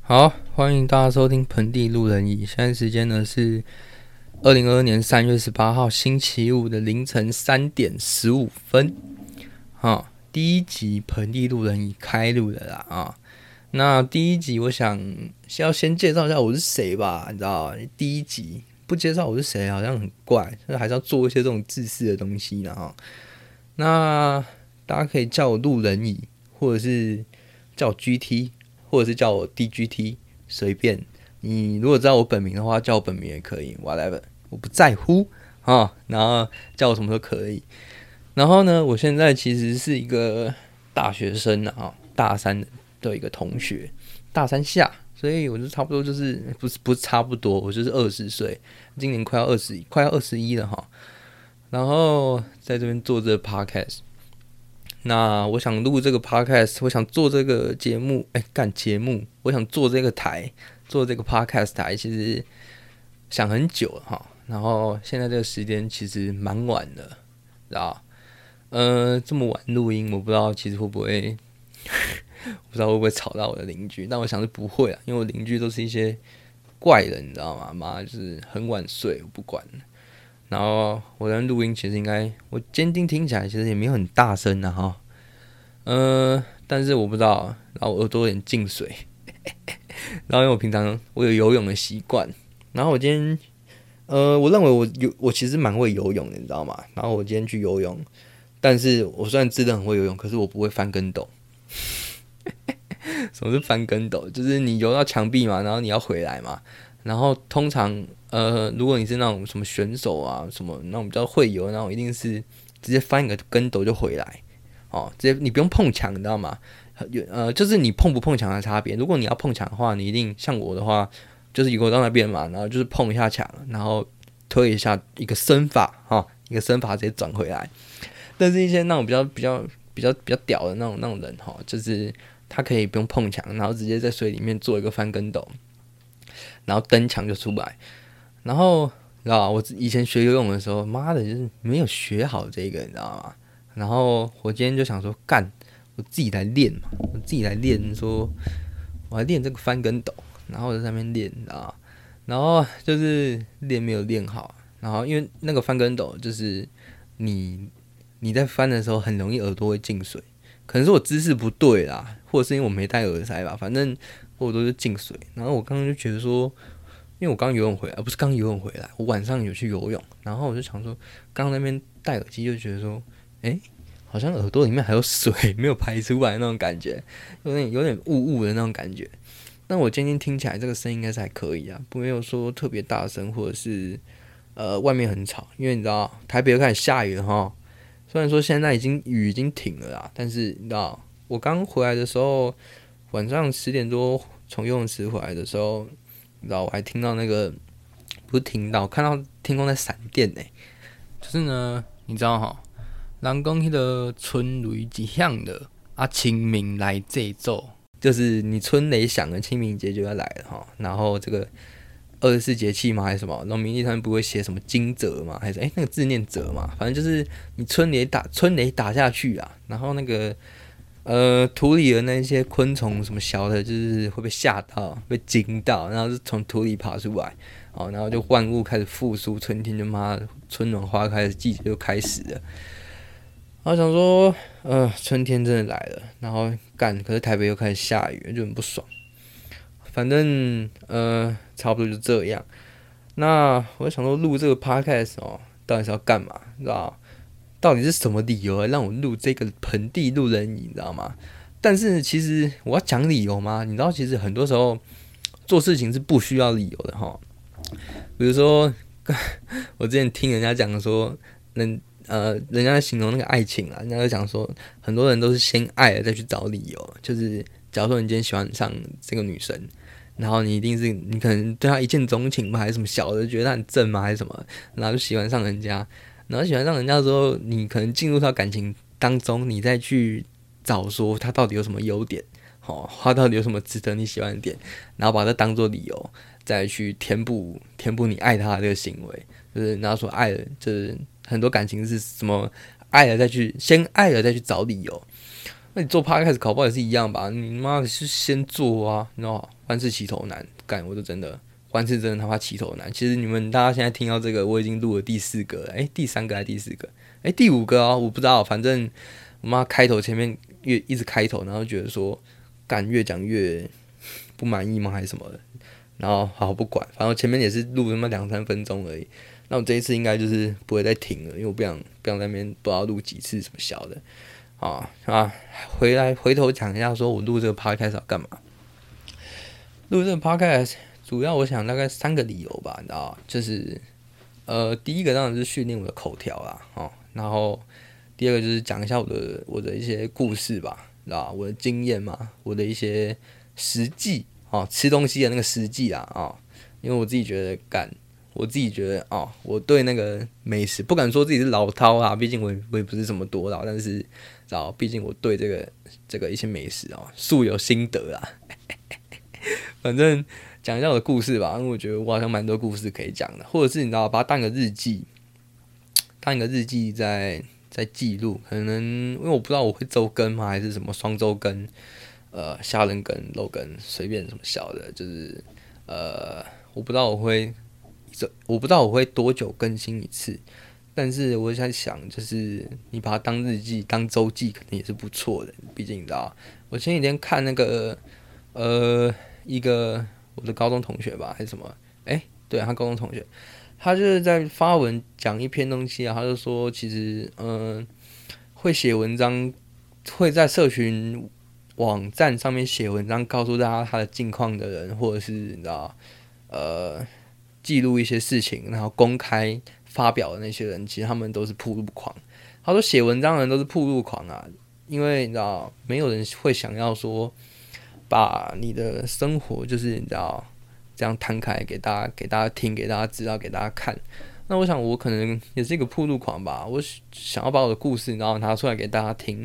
好，欢迎大家收听盆地路人乙。现在时间呢是2022年3月18号星期五的凌晨3点15分。第一集盆地路人乙开录的啦啊。那第一集我想要先介绍一下我是谁吧，你知道第一集不介绍我是谁好像很怪，所以还是要做一些这种自私的东西啦哈。那大家可以叫我路人乙，或者是叫我 GT。或者是叫我 DGT， 随便。你如果知道我本名的话，叫我本名也可以 ，whatever， 我不在乎啊。然后叫我什么都可以。然后呢，我现在其实是一个大学生啊，大三的一个同学，大三下，所以我就差不多就是不是差不多，我就是20岁，今年快要21了哈。然后在这边做这个 podcast。那我想录这个 podcast， 我想做这个节目，我想做这个台，做这个 podcast 台，其实想很久了哈。然后现在这个时间其实蛮晚的，知道？这么晚录音，我不知道其实会不会，不知道会不会吵到我的邻居，但我想是不会啊，因为我邻居都是一些怪人，你知道吗？妈就是很晚睡，我不管。然后我在录音，其实应该我监听听起来其实也没有很大声啊哈，但是我不知道，然后我耳朵有点进水，然后因为我平常我有游泳的习惯，然后我今天我认为我其实蛮会游泳的，你知道吗？然后我今天去游泳，但是我虽然知道很会游泳，可是我不会翻跟斗。什么是翻跟斗？就是你游到墙壁嘛，然后你要回来嘛，然后通常如果你是那种什么选手啊，什么那种比较会游的那种，一定是直接翻一个跟斗就回来，直接你不用碰墙，你知道吗？就是你碰不碰墙的差别。如果你要碰墙的话，你一定像我的话，就是游到那边嘛，然后就是碰一下墙，然后推一下一个身法，一个身法直接转回来。但是一些那种比较屌的那种人就是他可以不用碰墙，然后直接在水里面做一个翻跟斗，然后蹬墙就出来。然后你知道我以前学游泳的时候，妈的，就是没有学好这个，你知道吗？然后我今天就想说，我自己来练嘛，我自己来练，说我来练这个翻跟斗，然后我在上面练，你知道吗？然后就是练没有练好，然后因为那个翻跟斗就是你在翻的时候很容易耳朵会进水，可能是我姿势不对啦，或者是因为我没戴耳塞吧，反正我耳朵就进水。然后我刚刚就觉得说，因为我刚游泳回来，不是刚游泳回来，我晚上有去游泳，然后我就想说，刚那边戴耳机就觉得说，好像耳朵里面还有水没有排出来那种感觉，有点雾的那种感觉。但我今天听起来这个声音应该是还可以啊，没有说特别大声，或者是外面很吵，因为你知道台北又开始下雨了哈。虽然说现在雨已经停了啦，但是你知道我刚回来的时候，晚上10点多从游泳池回来的时候，你知道我还听到那个不是听到，看到天空在闪电呢。就是呢，你知道哈，人讲迄个春雷一响的清明来这奏，就是你春雷响了，清明节就要来了哈。然后这个24节气嘛，还是什么？农民历上面不会写什么惊蛰嘛，还是那个字念蛰嘛？反正就是你春雷打下去啊，然后那个土里的那些昆虫什么小的，就是会被吓到、被惊到，然后是从土里爬出来，然后就万物开始复苏，春天就春暖花开的季节就开始了。然后想说，春天真的来了，然后可是台北又开始下雨，就很不爽。反正差不多就这样。那我想说录这个 podcast 到底是要干嘛？你知道？到底是什么理由让我录这个盆地路人乙？你知道吗？但是其实我要讲理由吗？你知道，其实很多时候做事情是不需要理由的哈。比如说，我之前听人家讲说，人家形容那个爱情啊，人家就讲说，很多人都是先爱了再去找理由。就是假如说你今天喜欢上这个女生，然后你可能对她一见钟情吧，还是什么小的觉得她很正嘛，还是什么，然后就喜欢上人家。然后喜欢上人家的时候，你可能进入到感情当中，你再去找说他到底有什么优点，他到底有什么值得你喜欢的点，然后把它当做理由，再去填补你爱他的这个行为。就是然后说爱了，就是很多感情是什么先爱了再去找理由。 那你做 podcast 搞不好也是一样吧？你妈的是先做啊，你知道吗？万事起头难，干我就真的万事真的他妈起头难。其实你们大家现在听到这个，我已经录了第4个了，第3个还是第4个？第5个哦，我不知道，反正我妈开头前面一直开头，然后觉得说干越讲越不满意吗还是什么的，然后好不管，反正前面也是录他妈2-3分钟而已。那我这一次应该就是不会再停了，因为我不想在那边不知道录几次什么小的。回头讲一下，说我录这个 podcast 要干嘛？录这个 podcast 主要我想大概3个理由吧，你知道，就是第一个当然是训练我的口条啦，然后第二个就是讲一下我的一些故事吧，知道我的经验嘛，我的一些实际吃东西的那个实际因为我自己觉得我对那个美食不敢说自己是老饕啦，毕竟我也不是什么多老，但是毕竟我对这个一些美食素有心得啦。反正讲一下我的故事吧，因为我觉得我好像蛮多故事可以讲的，或者是你知道把它当一个日记在记录，可能因为我不知道我会周更吗，还是什么双周更，虾仁更、肉更，随便什么小的，就是我不知道我会多久更新一次，但是我在想，就是你把它当日记、当周记，可能也是不错的。毕竟你知道，我前几天看那个一个我的高中同学吧，还是什么？对，他高中同学，他就是在发文讲一篇东西他就说，其实会写文章，会在社群网站上面写文章，告诉大家他的近况的人，或者是你知道记录一些事情，然后公开发表的那些人，其实他们都是暴露狂。他说写文章的人都是暴露狂因为你知道，没有人会想要说把你的生活就是你知道这样摊开给大家听，给大家知道，给大家看。那我想我可能也是一个暴露狂吧，我想要把我的故事然后拿出来给大家听。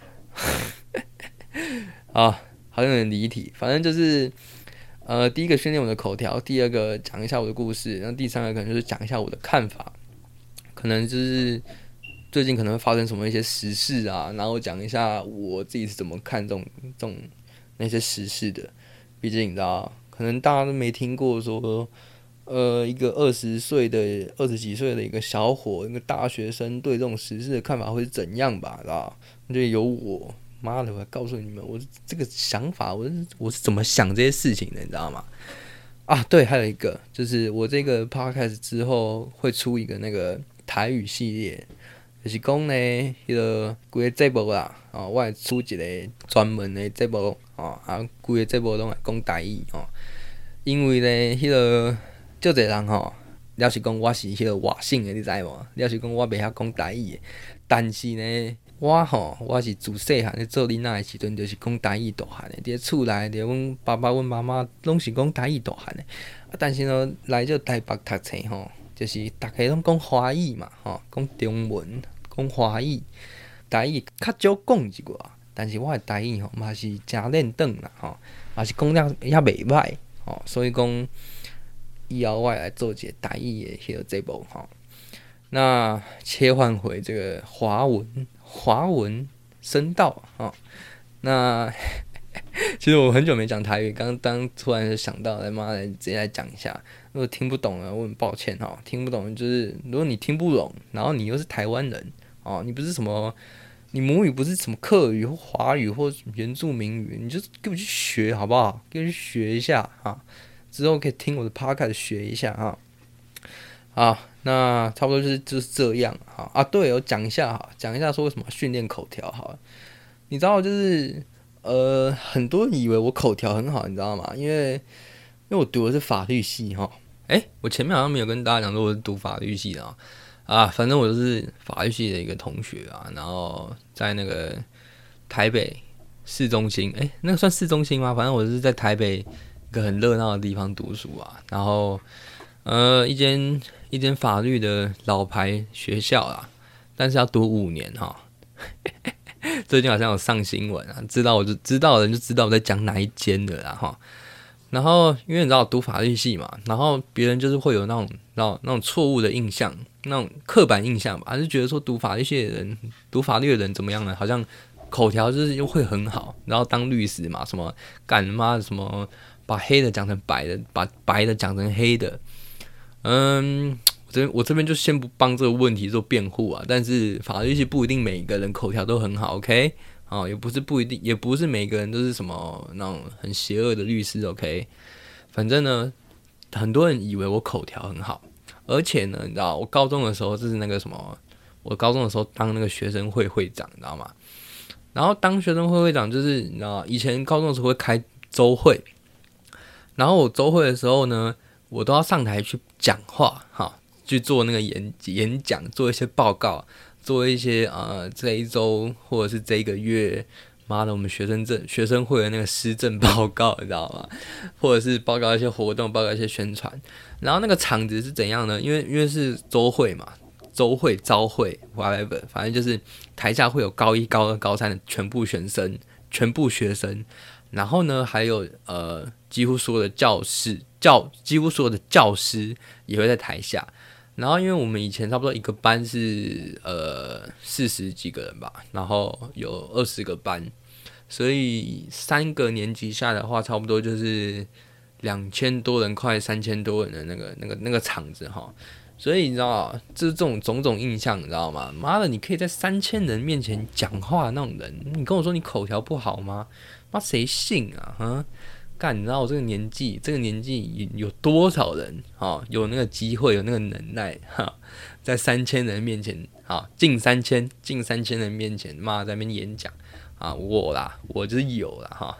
好像有点离题，反正就是第一个训练我的口条，第二个讲一下我的故事，然后第三个可能就是讲一下我的看法，可能就是最近可能会发生什么一些时事然后讲一下我自己是怎么看这种那些时事的。毕竟你知道，可能大家都没听过说，一个20几岁的一个小伙，一个大学生对这种时事的看法会是怎样吧，知道？就由我。妈的！我告诉你们，我这个想法，我是怎么想这些事情的，你知道吗？对，还有一个就是我这个 podcast 之后会出一个那个台语系列，就是讲呢，迄个规个节目啦，我会出一个专门的节目规个节目拢会讲台语因为呢，迄个足侪人了是讲我是迄个外省的，你知无？了是讲我袂晓讲台语的，但是呢。我是自细汉咧做囡仔的时阵，就是讲台语大汉的。伫厝内，阮爸爸、阮妈妈拢是讲台语大汉的。但是呢，来这台北读册就是大家拢讲华语嘛，讲中文，讲华语，台语较少讲一寡。但是我的台语嘛是真练转啦，嘛是讲了也袂歹所以讲以后我来做一个台语的迄个节目那切换回这个华文声道那其实我很久没讲台语，刚突然就想到，来直接来讲一下。如果听不懂了，我很抱歉听不懂就是如果你听不懂，然后你又是台湾人你不是什么，你母语不是什么客语或华语或原住民语，你就给我去学好不好？给我去学一下之后可以听我的 podcast 学一下那差不多就是这样对，我讲一下说为什么训练口条好了。你知道就是很多人以为我口条很好，你知道吗？因为我读的是法律系我前面好像没有跟大家讲说我是读法律系的反正我就是法律系的一个同学然后在那个台北市中心那个算市中心吗？反正我是在台北一个很热闹的地方读书然后一间法律的老牌学校啦，但是要读5年最近好像有上新闻知道的人就知道我在讲哪一间的啦然后因为你知道我读法律系嘛，然后别人就是会有那种错误的印象，那种刻板印象吧，就觉得说读法律系的人、读法律的人怎么样呢？好像口条就是会很好，然后当律师嘛，什么干妈的什么把黑的讲成白的，把白的讲成黑的，我这边就先不帮这个问题做辩护啊，但是法律系不一定每一个人口条都很好 ，OK？ 也不是不一定，也不是每个人都是什么那种很邪恶的律师 ，OK？ 反正呢，很多人以为我口条很好，而且呢，你知道我高中的时候就是那个什么，我高中的时候当那个学生会会长，你知道吗？然后当学生会会长就是你知道，以前高中的时候会开周会，然后我周会的时候呢，我都要上台去讲话，去做那个演讲，做一些报告，做一些这一周或者是这一个月，妈的，我们学生会的那个施政报告，你知道吗？或者是报告一些活动，报告一些宣传。然后那个场子是怎样呢？因为是周会嘛，朝会 whatever， 反正就是台下会有高一、高二、高三的全部学生，然后呢还有几乎所有的几乎所有的教师也会在台下。然后因为我们以前差不多一个班是40几个人吧，然后有20个班，所以3个年级下的话，差不多就是2000多人，快3000多人的那个场子哈。所以你知道，就是这种种种印象，你知道吗？妈的，你可以在3000人面前讲话的那种人，你跟我说你口条不好吗？妈谁信啊？干，你知道我这个年纪有多少人有那个机会，有那个能耐在3000人面前近3000人面前，妈在那边演讲我就是有啦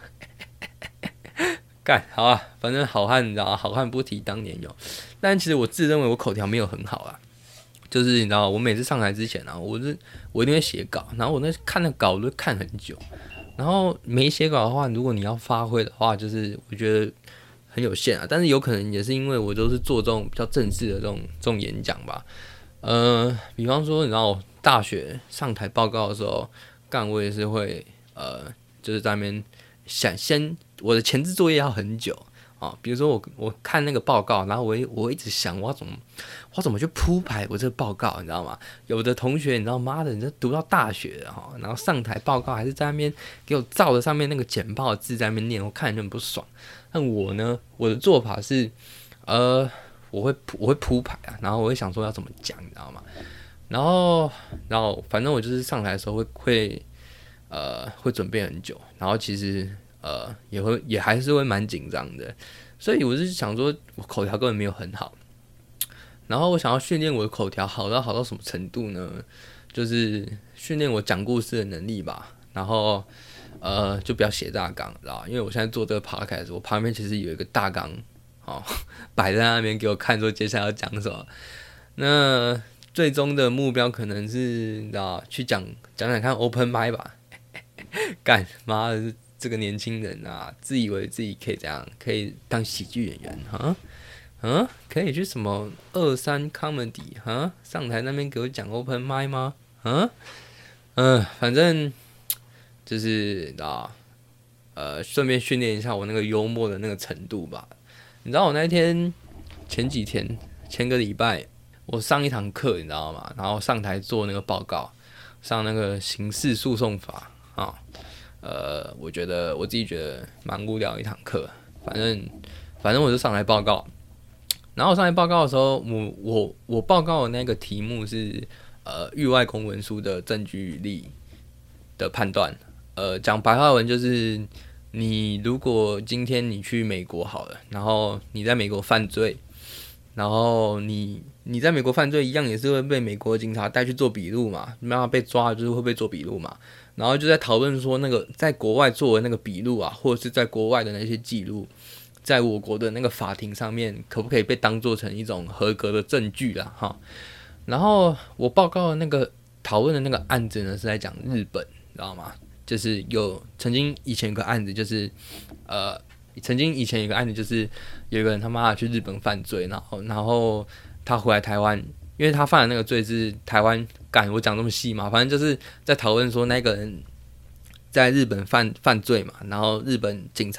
干好啊，反正好汉你知道，好汉不提当年勇。但其实我自认为我口条没有很好啦，就是你知道，我每次上台之前我一定会写稿，然后我看那稿我都看很久。然后没写稿的话，如果你要发挥的话，就是我觉得很有限啊。但是有可能也是因为我都是做这种比较正式的这种演讲吧。比方说，你知道我大学上台报告的时候，我也是会就是在那边先我的前置作业要很久比如说我看那个报告，然后我一直想我要怎么去铺排我这个报告，你知道吗？有的同学你知道，妈的，你这读到大学了然后上台报告还是在那边给我照着上面那个简报的字在那边念，我看着就很不爽。但我呢，我的做法是我会铺排然后我会想说要怎么讲，你知道吗？然后反正我就是上台的时候会准备很久，然后其实也还是会蛮紧张的，所以我是想说我口条根本没有很好，然后我想要训练我的口条好到什么程度呢？就是训练我讲故事的能力吧，然后就不要写大纲，知道吧？因为我现在做这个 podcast， 我旁边其实有一个大纲摆在那边给我看，说接下来要讲什么。那最终的目标可能是你知道去讲看 open mic 吧，干妈的这个年轻人自以为自己可以这样，可以当喜剧演员可以去什么23 comedy 上台那边给我讲 open mic 吗？反正就是顺便训练一下我那个幽默的那个程度吧。你知道我那天前个礼拜我上一堂课，你知道吗？然后上台做那个报告，上那个刑事诉讼法我自己觉得蛮无聊一堂课。反正我就上来报告，然后我上来报告的时候，我报告的那个题目是域外公文书的证据力的判断。讲白话文就是，你如果今天你去美国好了，然后你在美国犯罪，然后你在美国犯罪一样也是会被美国警察带去做笔录嘛，没办法被抓就是会被做笔录嘛。然后就在讨论说，那个在国外做的那个笔录或者是在国外的那些记录，在我国的那个法庭上面，可不可以被当作成一种合格的证据啦？然后我报告的那个讨论的那个案子呢，是在讲日本，知道吗？就是曾经以前有个案子，就是以前有个案子，就是有一个人他妈的去日本犯罪，然后他回来台湾，因为他犯的那个罪是台湾干，我讲这么细嘛，反正就是在讨论说那个人在日本犯罪嘛，然后日本警察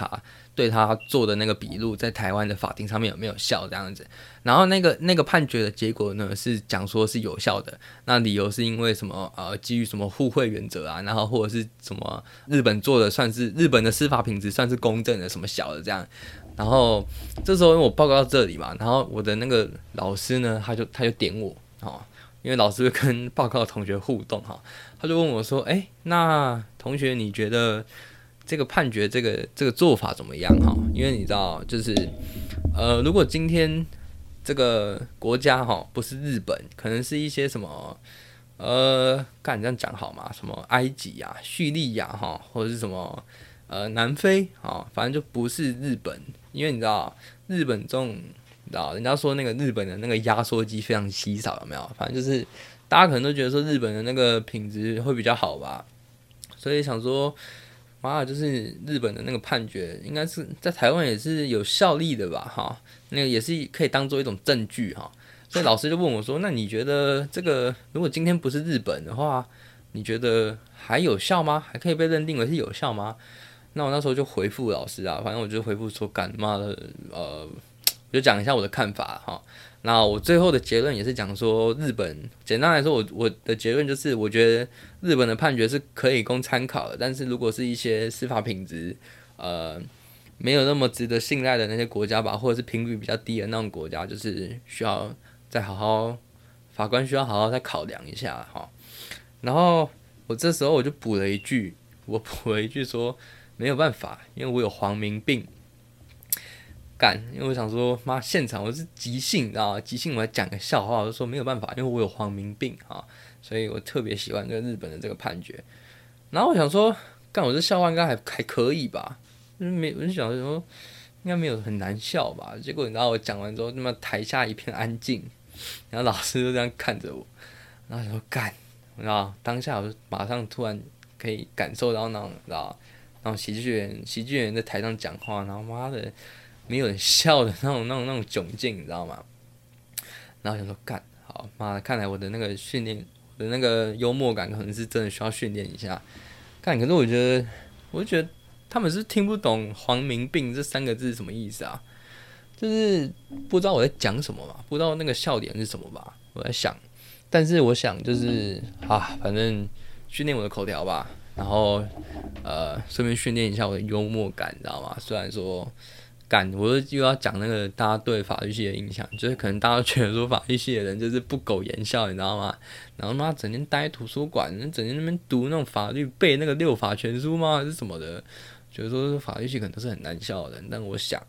对他做的那个笔录在台湾的法庭上面有没有效这样子。然后那个判决的结果呢是讲说是有效的，那理由是因为什么基于什么互惠原则啊，然后或者是什么日本做的算是日本的司法品质算是公正的什么小的这样。然后这时候因为我报告到这里嘛，然后我的那个老师呢他就点我因为老师会跟报告的同学互动他就问我说那同学你觉得这个判决这个做法怎么样因为你知道就是如果今天这个国家不是日本，可能是一些什么干这样讲好吗？什么埃及啊、叙利亚或者是什么南非反正就不是日本，因为你知道日本这种，你知道人家说那个日本的那个压缩机非常稀少，有没有？反正就是大家可能都觉得说日本的那个品质会比较好吧，所以想说。妈的，就是日本的那个判决，应该是在台湾也是有效力的吧？那个也是可以当做一种证据所以老师就问我说：“那你觉得这个如果今天不是日本的话，你觉得还有效吗？还可以被认定为是有效吗？”那我那时候就回复老师反正我就回复说：“干妈的，我就讲一下我的看法那我最后的结论也是讲说，日本简单来说，我的结论就是，我觉得日本的判决是可以供参考的，但是如果是一些司法品质没有那么值得信赖的那些国家吧，或者是评比比较低的那种国家，就是需要再法官需要好好再考量一下然后我这时候我就补了一句说没有办法，因为我有皇民病。因为我想说，妈，现场我是即兴，你知道吗？即兴我还讲个笑话，我就说没有办法，因为我有皇民病所以我特别喜欢这个日本的这个判决。然后我想说，我这笑话应该还可以吧？我就想说，应该没有很难笑吧？结果你知道我讲完之后，那么台下一片安静，然后老师就这样看着我，然后想说你知道当下我就马上突然可以感受到那种，你知道，那种喜剧演员在台上讲话，然后妈的。没有人笑的那种窘境，你知道吗？然后想说好妈的，看来我的那个训练，我的那个幽默感可能是真的需要训练一下。可是我觉得他们是听不懂皇民病这3个字是什么意思啊？就是不知道我在讲什么嘛，不知道那个笑点是什么吧？我在想，但是我想就是反正训练我的口条吧，然后顺便训练一下我的幽默感，你知道吗？虽然说。我又要讲那个大家对法律系的印象，就是可能大家都觉得说法律系的人就是不苟言笑，你知道吗？然后妈整天待在图书馆，整天那边读那种法律，背那个6法全书吗？还是什么的？觉得说法律系可能都是很难笑的人，但我想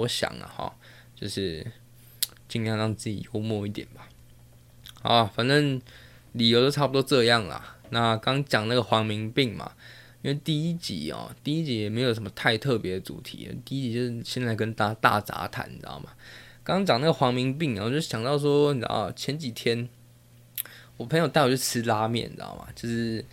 就是尽量让自己幽默一点吧。反正理由都差不多这样啦。那刚讲那个皇民病嘛。因为第一集也没有什么太特别的主题，第一集就是现在跟大家大杂谈，你知道吗？刚刚讲那个皇民病我就想到说，你知道前几天我朋友带我去吃拉面，你知道吗？就是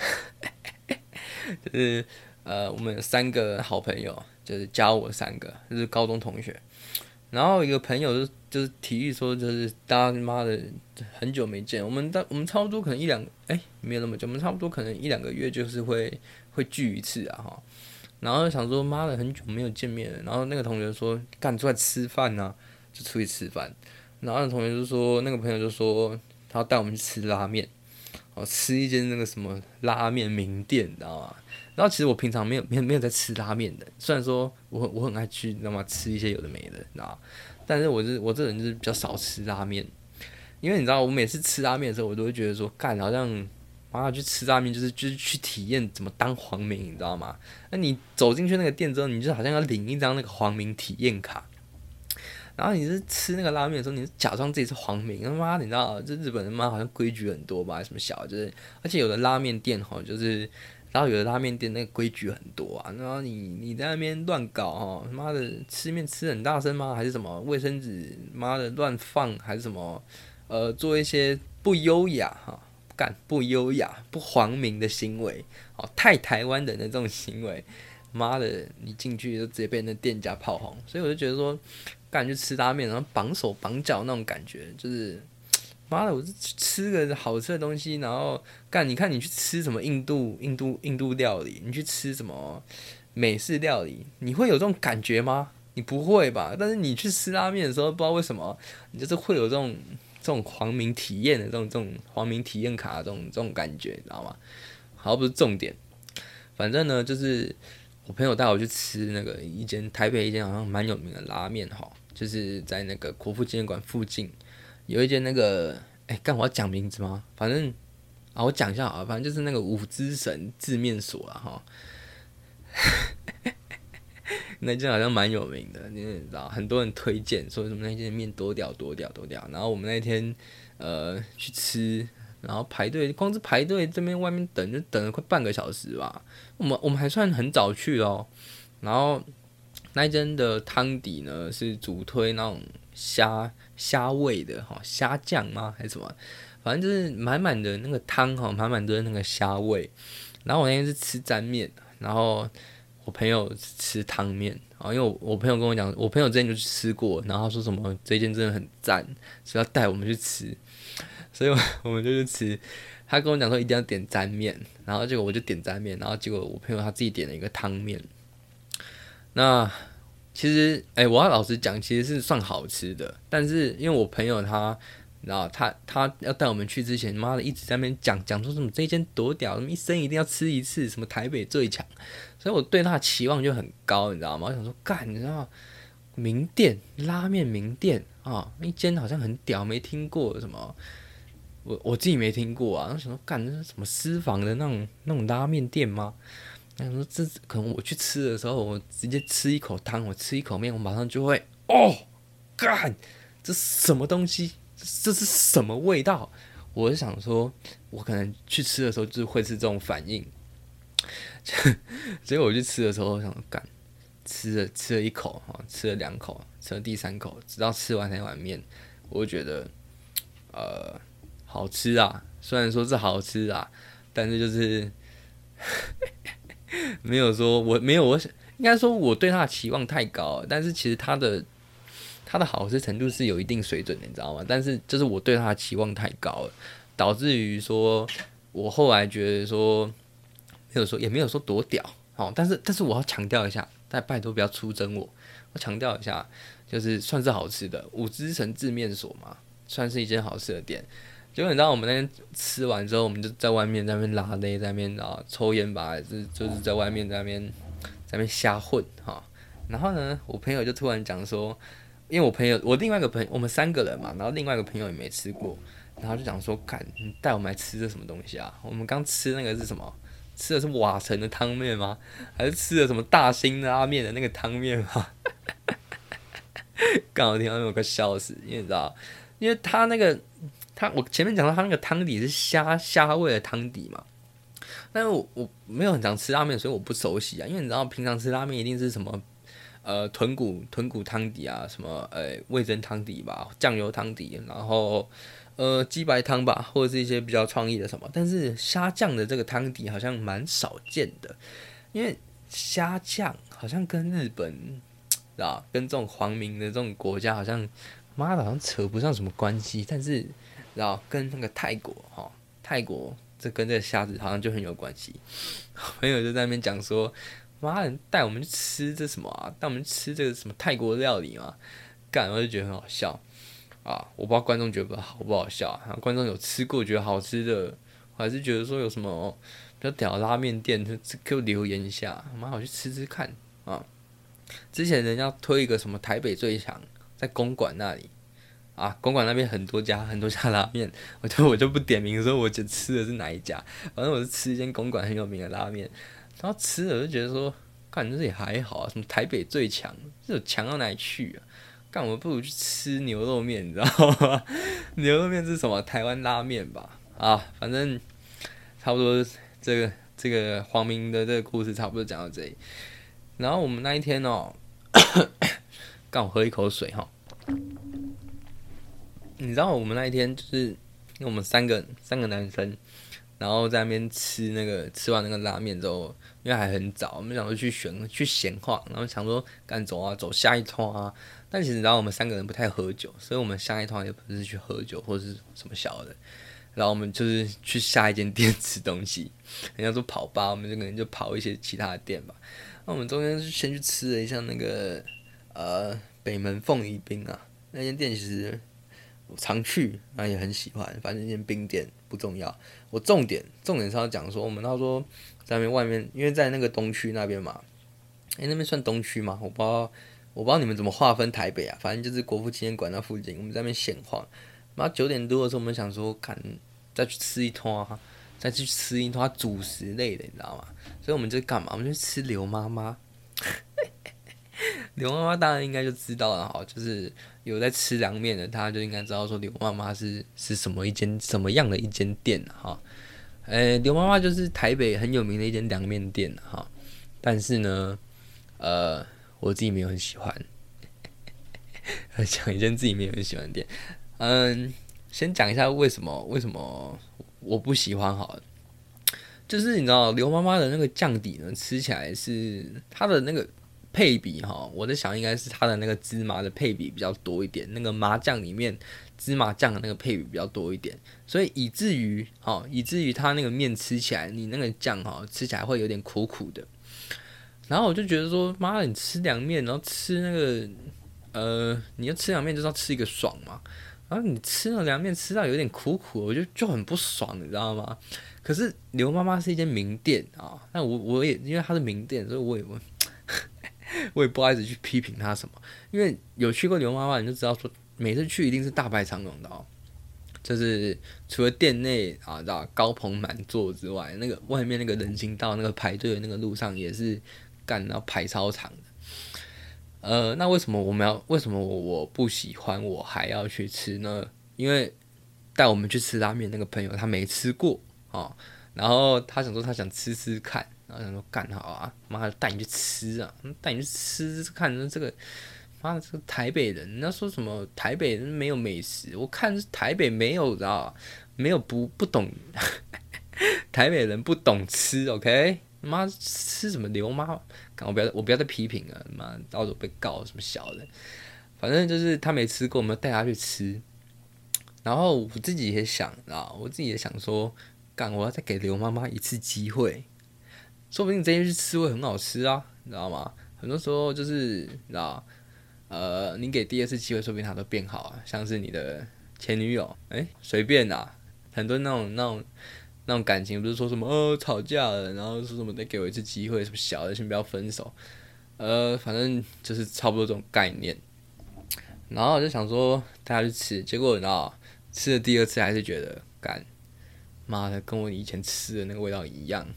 我们有3个好朋友，就是加我3个，就是高中同学。然后一个朋友就是提议说，就是大家妈的很久没见，我们差不多可能没有那么久，我们差不多可能1-2个月就是会聚一次然后想说妈的很久没有见面了，然后那个同学说出来吃饭啊，就出去吃饭。然后那个同学就说，那个朋友就说他要带我们去吃拉面，吃一间那个什么拉面名店，你知道吗？然后其实我平常没有在吃拉面的，虽然说我很爱去，你知道吗？吃一些有的没的，你知道吗？但是我这人就是比较少吃拉面，因为你知道我每次吃拉面的时候，我都会觉得说好像去吃拉面就是去体验怎么当皇民，你知道吗？那你走进去那个店之后，你就好像要领一张那个皇民体验卡。然后你是吃那个拉面的时候，你是假装自己是皇民，他妈你知道，这日本人好像规矩很多吧？什么小就是，而且有的拉面店就是，然后有的拉面店那个规矩很多啊，然后你在那边乱搞他妈的吃面吃很大声吗？还是什么卫生纸妈的乱放？还是什么做一些不优雅不优雅不皇民的行为太台湾人的这种行为，妈的你进去就直接被那店家炮轰，所以我就觉得说。去吃拉面，然后绑手绑脚那种感觉，就是妈的，我是吃个好吃的东西，然后你看你去吃什么印度料理，你去吃什么美式料理，你会有这种感觉吗？你不会吧？但是你去吃拉面的时候，不知道为什么，你就是会有这种皇民体验的这种皇民体验卡的这种感觉，你知道吗？好，不是重点，反正呢，就是我朋友带我去吃那个台北一间好像蛮有名的拉面哈，就是在那个国父纪念馆附近有一间那个，干我要讲名字吗？反正我讲一下啊，反正就是那个五之神字面所啦哈。那间好像蛮有名的，你知道，很多人推荐说什么那间面多屌多屌多屌。然后我们那天去吃，然后排队，光是排队这边外面等就等了快半个小时吧。我们还算很早去哦。然后那一间的汤底呢是主推那种虾味的哈，虾酱吗还是什么？反正就是满满的那个汤哈，满满的那个虾味。然后我那天是吃沾面，然后我朋友吃汤面啊，因为我朋友跟我讲，我朋友之前就去吃过，然后他说什么这间真的很赞，所以要带我们去吃，所以我们就去吃。他跟我讲说一定要点沾面，然后结果我就点沾面，然后结果我朋友他自己点了一个汤面。那其实我要老实讲，其实是算好吃的，但是因为我朋友他。然后他要带我们去之前，妈的一直在那边讲说什么这一间多屌，什么一生一定要吃一次，什么台北最强，所以我对他的期望就很高，你知道吗？我想说干，你知道名店拉面名店啊，一间好像很屌，没听过什么，我自己没听过啊。我想说干，那是什么私房的那种拉面店吗？我想说这可能我去吃的时候，我直接吃一口汤，我吃一口面，我马上就会干，这什么东西？这是什么味道？我是想说，我可能去吃的时候就是会是这种反应。结果我去吃的时候，我想干，吃了一口哈，吃了2口，吃了第3口，直到吃完那碗面，我就觉得好吃啊。虽然说是好吃啊，但是就是没有说我应该说我对它的期望太高了，但是其实它的好吃程度是有一定水准的，你知道吗？但是就是我对它的期望太高了，导致于说我后来觉得说也没有说多屌，但是我要强调一下，但拜托不要出征我。我强调一下，就是算是好吃的五之神字面所嘛，算是一间好吃的店。结果你知道我们那天吃完之后，我们就在外面在那边拉勒，在那边抽烟吧，就是在外面在那边瞎混哈。然后呢，我朋友就突然讲说。因为我另外一个朋友，我们3个人嘛，然后另外一个朋友也没吃过，然后就讲说，看你带我们来吃这什么东西啊？我们刚吃那个是什么？吃的是瓦城的汤面吗？还是吃的什么大兴拉面的那个汤面吗？刚好听到那我快笑死，因为你知道，因为我前面讲到他那个汤底是虾味的汤底嘛，但是我没有很常吃拉面，所以我不熟悉啊。因为你知道，平常吃拉面一定是什么？豚骨汤底啊，什么味噌汤底吧，酱油汤底，然后鸡白汤吧，或者是一些比较创意的什么。但是虾酱的这个汤底好像蛮少见的，因为虾酱好像跟日本跟这种皇民的这种国家好像妈的好像扯不上什么关系，但是跟那个泰国这跟这个虾子好像就很有关系。朋友就在那边讲说。妈的，带我们去吃这什么啊？带我们去吃这个什么泰国料理嘛？干，我就觉得很好笑啊！我不知道观众觉得好不好笑啊？观众有吃过觉得好吃的，还是觉得说有什么比较屌的拉面店，就给我留言一下，妈，我去吃吃看啊！之前人家推一个什么台北最强，在公馆那里啊，公馆那边很多家拉面，我就不点名说我只吃的是哪一家，反正我是吃一间公馆很有名的拉面。然后吃了就觉得说，干这也还好啊，什么台北最强，这有强到哪里去啊？干我不如去吃牛肉面，你知道吗？牛肉面是什么？台湾拉面吧？啊，反正差不多这个黄明的这个故事差不多讲到这里。然后我们那一天干我喝一口水哈。你知道我们那一天就是因为我们三个男生。然后在那边吃完那个拉面之后，因为还很早，我们想说去闲晃，然后想说赶走下一趟啊。但其实你知道我们3个人不太喝酒，所以我们下一趟也不是去喝酒或者是什么小的，然后我们就是去下一间店吃东西。人家说跑吧，我们这个人就跑一些其他的店吧。 那我们中间先去吃了一下那个北门凤梨冰啊，那间店其实我常去，那也很喜欢。反正那间冰店不重要，我重点是要讲说，我们到时候在那边外面，因为在那个东区那边嘛，那边算东区吗？我不知道你们怎么划分台北啊，反正就是国父纪念馆那附近，我们在那边闲晃。然后9点多的时候，我们想说，看再去吃一通啊，再去吃一通主食类的，你知道吗？所以我们就干嘛？我们就吃刘妈妈。刘妈妈当然应该就知道了哈，就是有在吃凉面的，他就应该知道说刘妈妈是什么样的一间店哈。刘妈妈就是台北很有名的一间凉面店哈，但是呢，我自己没有很喜欢。讲一间自己没有很喜欢的店，先讲一下为什么我不喜欢好了。就是你知道刘妈妈的那个酱底呢，吃起来是它的那个配比哈，我在想应该是它的那个芝麻的配比比较多一点，那个麻酱里面芝麻酱的那个配比比较多一点，所以以至于它那个面吃起来，你那个酱吃起来会有点苦苦的。然后我就觉得说，妈的，你吃凉面，然后吃那个你要吃凉面就是要吃一个爽嘛。然后你吃了凉面吃到有点苦苦，我就很不爽，你知道吗？可是刘妈妈是一间名店啊，那我也因为它是名店，所以我也不好意思去批评它什么，因为有去过刘妈妈，你就知道说每次去一定是大排长龙的哦。就是除了店内知道高朋满座之外，那个外面那个人行道那个排队的那个路上也是干到排超长的。那为什么我不喜欢我还要去吃呢？因为带我们去吃拉面那个朋友他没吃过哦，然后他想说他想吃吃看，然后想说干好啊，妈的带你去吃啊，带你去吃看这个。妈的，这个台北人，人家说什么台北人没有美食？我看台北没有的，没有不懂，台北人不懂吃，OK？妈吃什么牛妈？我不要再批评了，妈到时候被告什么小的，反正就是他没吃过，我们带他去吃。然后我自己也想啊，我自己也想说，我要再给刘妈妈一次机会，说不定这天去吃会很好吃啊，你知道吗？很多时候就是你知道。你给第二次机会，说不定他都变好啊。像是你的前女友，随便啦，很多那种感情，不是说什么吵架了，然后说什么再给我一次机会，什么小的先不要分手，反正就是差不多这种概念。然后我就想说带他去吃，结果你知道，吃了第二次还是觉得妈的跟我以前吃的那个味道一样，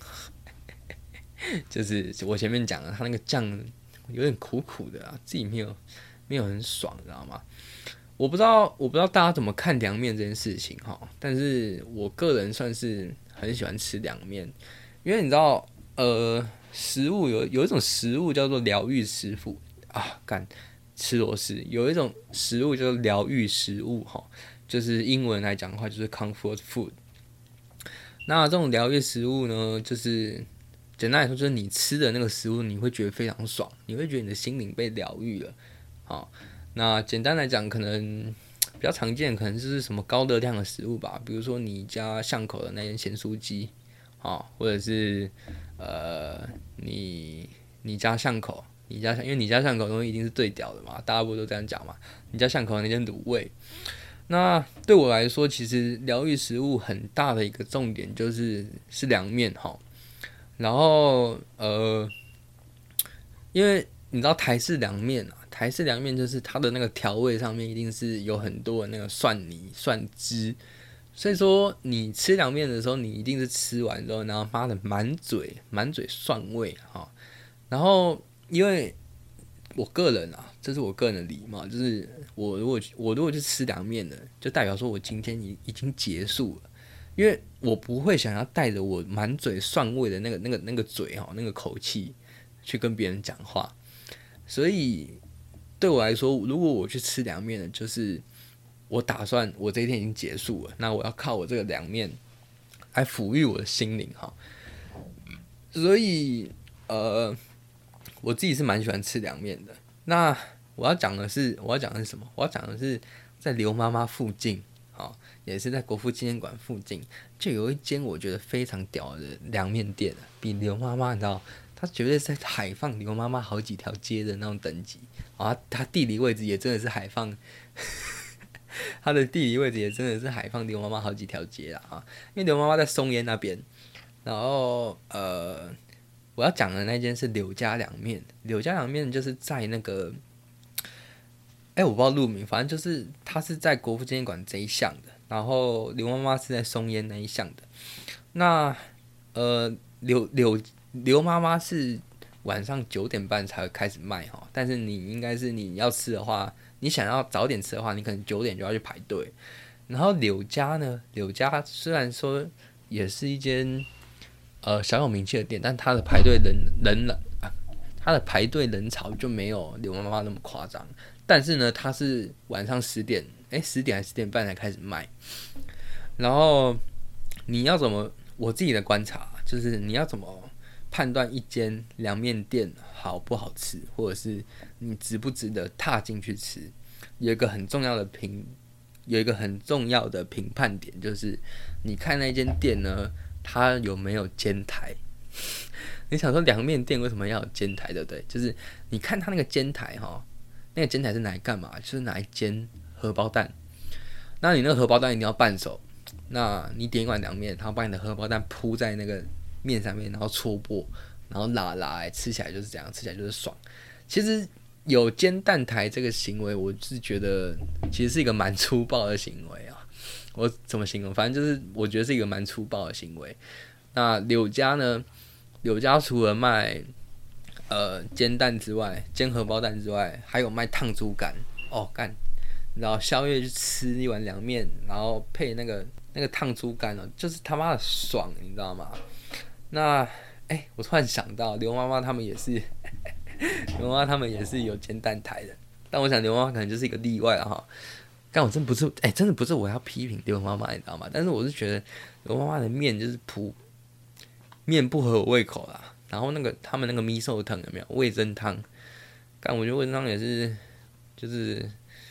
就是我前面讲的，他那个酱有点苦苦的啊，自己没有很爽，你知道吗？我不知道大家怎么看凉面这件事情哈，但是我个人算是很喜欢吃凉面，因为你知道，食物有一种食物叫做疗愈食物啊，吃螺丝，有一种食物叫做疗愈食物哈，就是英文来讲的话就是 comfort food。那这种疗愈食物呢，就是简单来说，就是你吃的那个食物，你会觉得非常爽，你会觉得你的心灵被疗愈了。好，那简单来讲，可能比较常见，可能就是什么高热量的食物吧，比如说你家巷口的那间咸酥鸡，或者是你家巷口，因为你家巷口的东西一定是最屌的嘛，大家不都这样讲嘛？你家巷口的那间卤味，那对我来说，其实疗愈食物很大的一个重点是凉面哈。然后因为你知道台式凉面啊，台式凉面就是它的那个调味上面一定是有很多的那个蒜泥、蒜汁，所以说你吃凉面的时候，你一定是吃完之后，然后妈的满嘴蒜味哈。然后因为我个人啊，这是我个人的礼貌，就是我如果去吃凉面的，就代表说我今天已经结束了。因为我不会想要带着我满嘴蒜味的那个嘴那个口气去跟别人讲话，所以对我来说，如果我去吃凉面的，就是我打算我这一天已经结束了，那我要靠我这个凉面来抚育我的心灵哈。所以我自己是蛮喜欢吃凉面的。那我要讲的是什么？我要讲的是在刘妈妈附近。也是在国父纪念馆附近，就有一间我觉得非常屌的凉面店，比刘妈妈你知道， 它绝对是海放刘妈妈好几条街的那种等级啊！它地理位置也真的是海放，它的地理位置也真的是海放刘妈妈好几条街啦啊！因为刘妈妈在松烟那边，然后我要讲的那间是柳家凉面，柳家凉面就是在那个，我不知道路名，反正就是它是在国父纪念馆这一项的，然后刘妈妈是在松烟那一项的。那刘妈妈是晚上9点半才会开始卖哈，但是应该是你要吃的话，你想要早点吃的话，你可能9点就要去排队。然后柳家呢，柳家虽然说也是一间小有名气的店，但它的排队它的排队人潮就没有刘妈妈那么夸张。但是呢，它是晚上10点还是10点半才开始卖。然后你要怎么？我自己的观察就是你要怎么判断一间凉面店好不好吃，或者是你值不值得踏进去吃，有一个很重要的评判点，就是你看那间店呢，它有没有煎台。你想说凉面店为什么要有煎台，对不对？就是你看它那个煎台哈，那个煎台是拿来干嘛？就是拿来煎荷包蛋。那你那个荷包蛋一定要半熟。那你点一碗凉面，然后把你的荷包蛋铺在那个面上面，然后戳破，然后拉，吃起来就是这样，吃起来就是爽。其实有煎蛋台这个行为，我是觉得其实是一个蛮粗暴的行为啊。我怎么形容？反正就是我觉得是一个蛮粗暴的行为。那柳家呢？柳家除了卖煎蛋之外，煎荷包蛋之外，还有卖烫猪肝哦，干！然后宵夜去吃一碗凉面，然后配那个烫猪肝哦，就是他妈的爽，你知道吗？那我突然想到，刘妈妈他们也是，刘妈妈他们也是有煎蛋台的，但我想刘妈妈可能就是一个例外了哈。但我真不是，真的不是我要批评刘妈妈，你知道吗？但是我是觉得刘妈妈的面就是面不合我胃口啦。然后他们那个米寿汤有没有味噌汤？但我觉得味噌汤也是，就是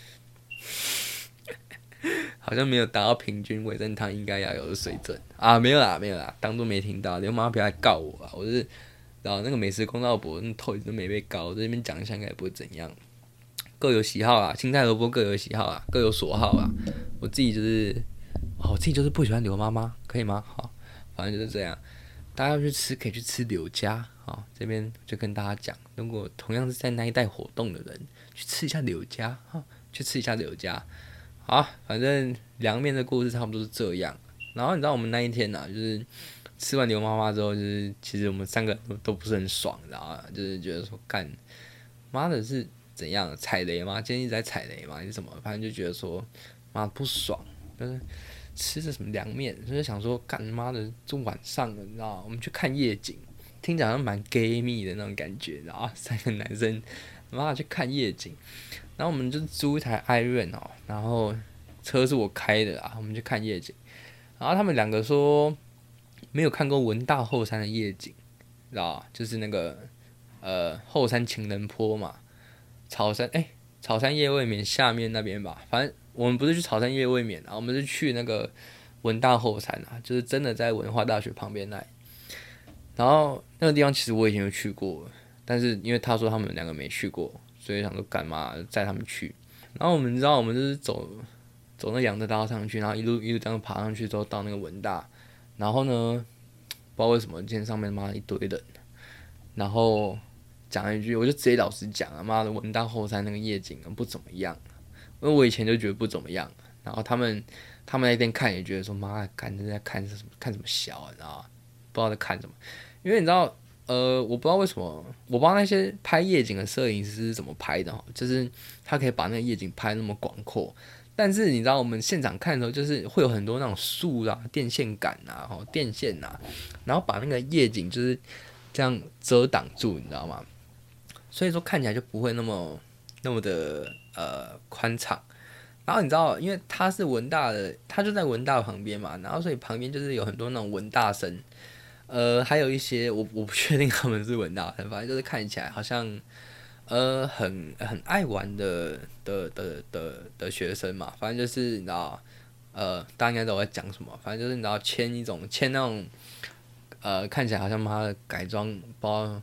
好像没有达到平均味噌汤应该要有的水准啊！没有啦，当作没听到。刘妈妈不要来告我啊！我是，然后那个美食公道博那头一直都没被告，我在这边讲一下应该也不会怎样。各有喜好啦，青菜萝卜各有喜好啦，各有所好啦。我自己就是不喜欢刘妈妈，可以吗？好，反正就是这样。大家要去吃，可以去吃柳家啊。这边就跟大家讲，如果同样是在那一带活动的人，去吃一下柳家哈，去吃一下柳家。好，反正凉面的故事差不多是这样。然后你知道我们那一天就是吃完刘妈妈之后，就是其实我们3个都不是很爽，你知道吗？就是觉得说干妈的是怎样踩雷吗？今天一直在踩雷吗？还是什么？反正就觉得说妈不爽，就是吃着什么凉面，就是想说干妈的，就晚上了，你知道吗？我们去看夜景，听起来好像蛮 gay 蜜的那种感觉，然后3个男生妈去看夜景。然后我们就租一台 iRent 哦，然后车是我开的啊，我们去看夜景。然后他们2个说没有看过文大后山的夜景，知道吧？就是那个后山情人坡嘛，草山夜未眠下面那边吧。反正我们不是去草山夜未眠啊，我们是去那个文大后山啊，就是真的在文化大学旁边那里。然后那个地方其实我以前有去过，但是因为他说他们2个没去过，所以想说干嘛载他们去。然后我们知道我们就是走那杨德大上去，然后一路这样爬上去之后到那个文大，然后呢不知道为什么今天上面妈一堆人，然后讲一句我就直接老实讲啊，妈的文大后山那个夜景不怎么样，因为我以前就觉得不怎么样，然后他们那天看也觉得说妈干这在看什么小啊，你知道吗？不知道在看什么，因为你知道我不知道为什么，我不知道那些拍夜景的摄影师是怎么拍的，就是他可以把那个夜景拍那么广阔。但是你知道我们现场看的时候，就是会有很多那种树啊、电线杆啊、电线啊，然后把那个夜景就是这样遮挡住，你知道吗？所以说看起来就不会那么的宽敞。然后你知道，因为他是文大的，他就在文大旁边嘛，然后所以旁边就是有很多那种文大生，还有一些我不确定他们是文大生，反正就是看起来好像很爱玩的学生嘛，反正就是你知道大家应该知道我在讲什么，反正就是你知道签那种看起来好像妈的改装包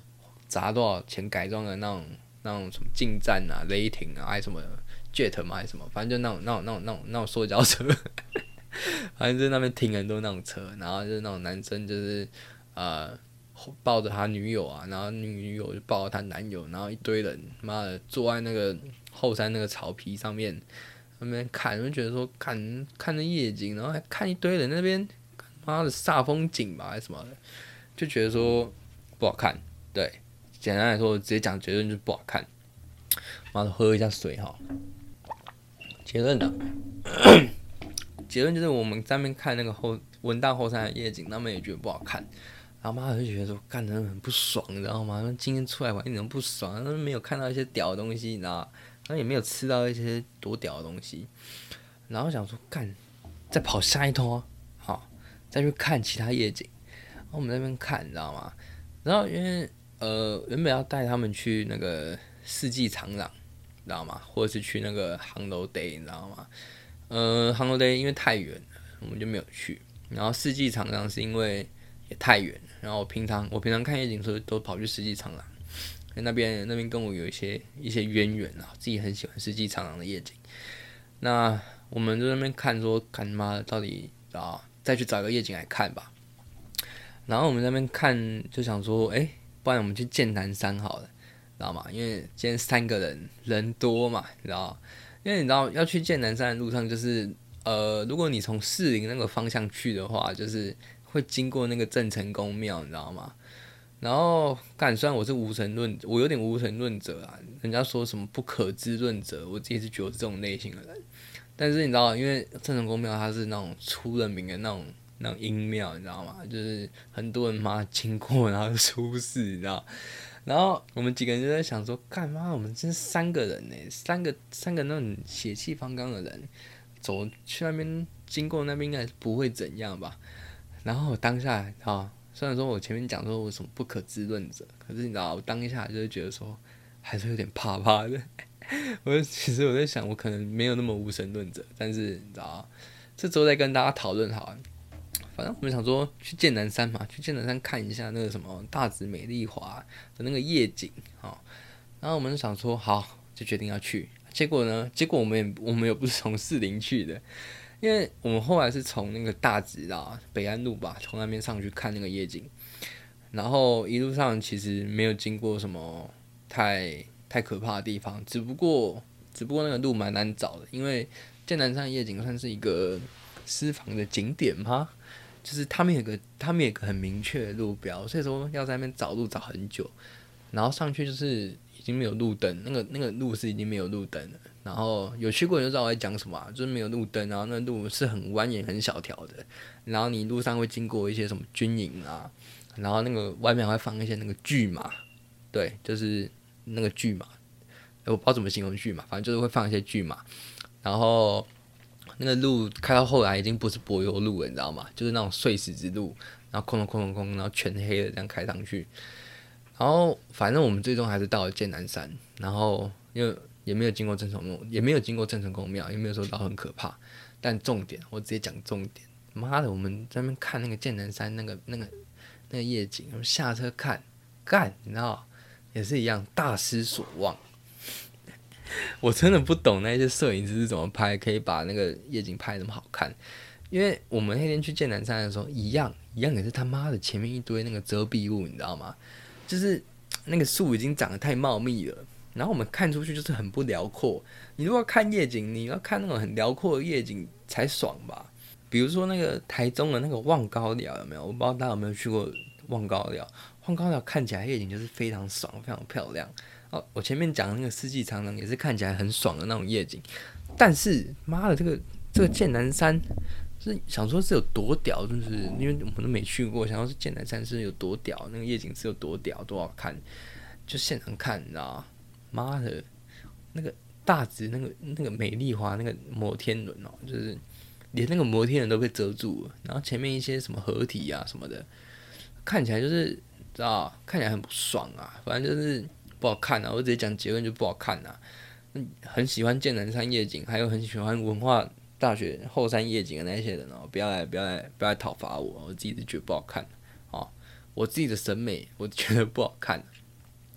砸多少钱改装的那种什么进站啊、雷霆啊，还是什么 Jet 嘛，还是什么，反正就那种塑胶车，反正就那边停很多那种车，然后就是那种男生就是抱着他女友啊，然后女友就抱着她男友，然后一堆人妈的坐在那个后山那个草皮上面。那边看，就觉得说看那夜景，然后还看一堆人那边，妈的煞风景吧，还是什么的，就觉得说不好看。对，简单来说，我直接讲结论就是不好看。妈的，喝一下水哈。结论的，结论就是我们在那边看那个文大后山的夜景，他们也觉得不好看。然后妈的就觉得说干得很不爽，你知道吗？今天出来玩一点都不爽，没有看到一些屌的东西，你知道吗？然后也没有吃到一些多屌的东西，然后想说干，再跑下一通，好，再去看其他夜景。然后我们在那边看，你知道吗？然后因为原本要带他们去那个四季长廊，你知道吗？或者是去那个航楼 day，你知道吗？航楼 day 因为太远了，我们就没有去。然后四季长廊是因为也太远了，然后我平常看夜景的时候都跑去四季长廊。那边跟我有一些渊源啊，自己很喜欢四季长廊的夜景。那我们在那边看说，干妈的到底再去找个夜景来看吧。然后我们在那边看，就想说，不然我们去剑南山好了，知道吗？因为今天3个人多嘛，你知道？因为你知道要去剑南山的路上，就是如果你从士林那个方向去的话，就是会经过那个郑成功庙，你知道吗？然后，虽然我是无神论，我有点无神论者啊。人家说什么不可知论者，我自己是觉得我是这种类型的人。但是你知道，因为郑成功庙它是那种出了名的那种阴庙，你知道吗？就是很多人妈经过然后出事，你知道。然后我们几个人就在想说，干妈，我们真是3个人呢，三个那种血气方刚的人，走去那边经过那边应该不会怎样吧？然后我当下虽然说我前面讲说我什么不可知论者，可是你知道，我当下就是觉得说，还是有点怕怕的。其实我在想，我可能没有那么无神论者，但是你知道，这周再跟大家讨论好了。反正我们想说去剑南山嘛，去剑南山看一下那个什么大直美丽华的那个夜景然后我们就想说好，就决定要去。结果我们也不是从士林去的。因为我们后来是从那个大直北安路吧，从那边上去看那个夜景，然后一路上其实没有经过什么太可怕的地方，只不过那个路蛮难找的，因为剑南山夜景算是一个私房的景点嘛，就是他们有个很明确的路标，所以说要在那边找路找很久，然后上去就是已经没有路灯，那个路是已经没有路灯了。然后有去过你就知道我在讲什么就是没有路灯，然后那路是很蜿蜒很小条的，然后你路上会经过一些什么军营啊，然后那个外面还会放一些那个巨马，对，就是那个巨马，我不知道怎么形容巨马，反正就是会放一些巨马，然后那个路开到后来已经不是柏油路了，你知道吗？就是那种碎石之路，然后空，然后全黑的这样开上去，然后反正我们最终还是到了剑南山，然后因为也没有经过郑成功，也没有经过郑成功庙，也没有说到很可怕。但重点，我直接讲重点。妈的，我们在那边看那个剑南山那个夜景，我们下车看，你知道，也是一样大失所望。我真的不懂那些摄影师是怎么拍，可以把那个夜景拍那么好看。因为我们那天去剑南山的时候，一样也是他妈的前面一堆那个遮蔽物，你知道吗？就是那个树已经长得太茂密了。然后我们看出去就是很不辽阔。你如果要看夜景，你要看那种很辽阔的夜景才爽吧。比如说那个台中的那个望高寮有没有？我不知道大家有没有去过望高寮。望高寮看起来夜景就是非常爽，非常漂亮。我前面讲的那个四季长廊也是看起来很爽的那种夜景。但是妈的，这个剑南山是想说是有多屌，就是因为我们都没去过，想说是剑南山是有多屌，那个夜景是有多屌，多好看，就现场看，你知道吗？妈的，那个大直那个美丽华那个摩天轮就是连那个摩天轮都被遮住了，然后前面一些什么合体啊什么的，看起来就是知道看起来很不爽啊，反正就是不好看啊，我直接讲结论就不好看啊。很喜欢剑南山夜景，还有很喜欢文化大学后山夜景的那些人不要来讨伐我，我自己是觉得不好看我自己的审美我觉得不好看。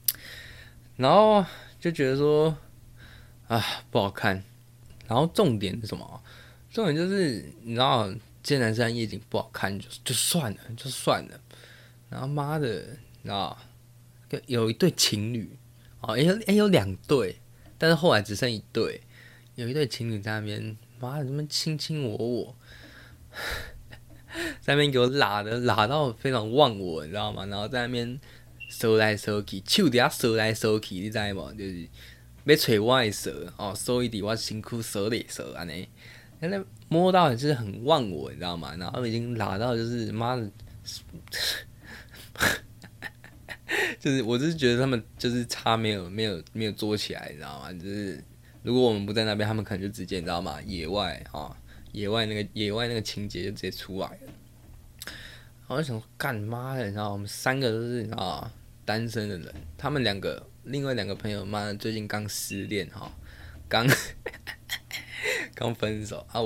然后就觉得说啊不好看。然后重点是什么？重点就是你知道，剑南山夜景不好看就算了，就算了。然后妈的，你知道，有一对情侣，哦，有两对，但是后来只剩一对。有一对情侣在那边，妈的，他们卿卿我我，在那边给我拉到非常忘我，你知道吗？然后在那边收来收去，手底下收来收去，你知道吗？就是要找我的蛇哦，所以伫我身躯蛇里蛇安尼，那摸到就是很忘我，你知道吗？然后已经拉到就是妈的，就是我就是觉得他们就是差没有做起来，你知道吗？就是如果我们不在那边，他们可能就直接你知道吗？野外那个情节就直接出来了。我就想说，干妈的，你知道，我们三个都是啊单身的人，他们另外两个朋友，妈的最近刚失恋哈，刚刚分手啊。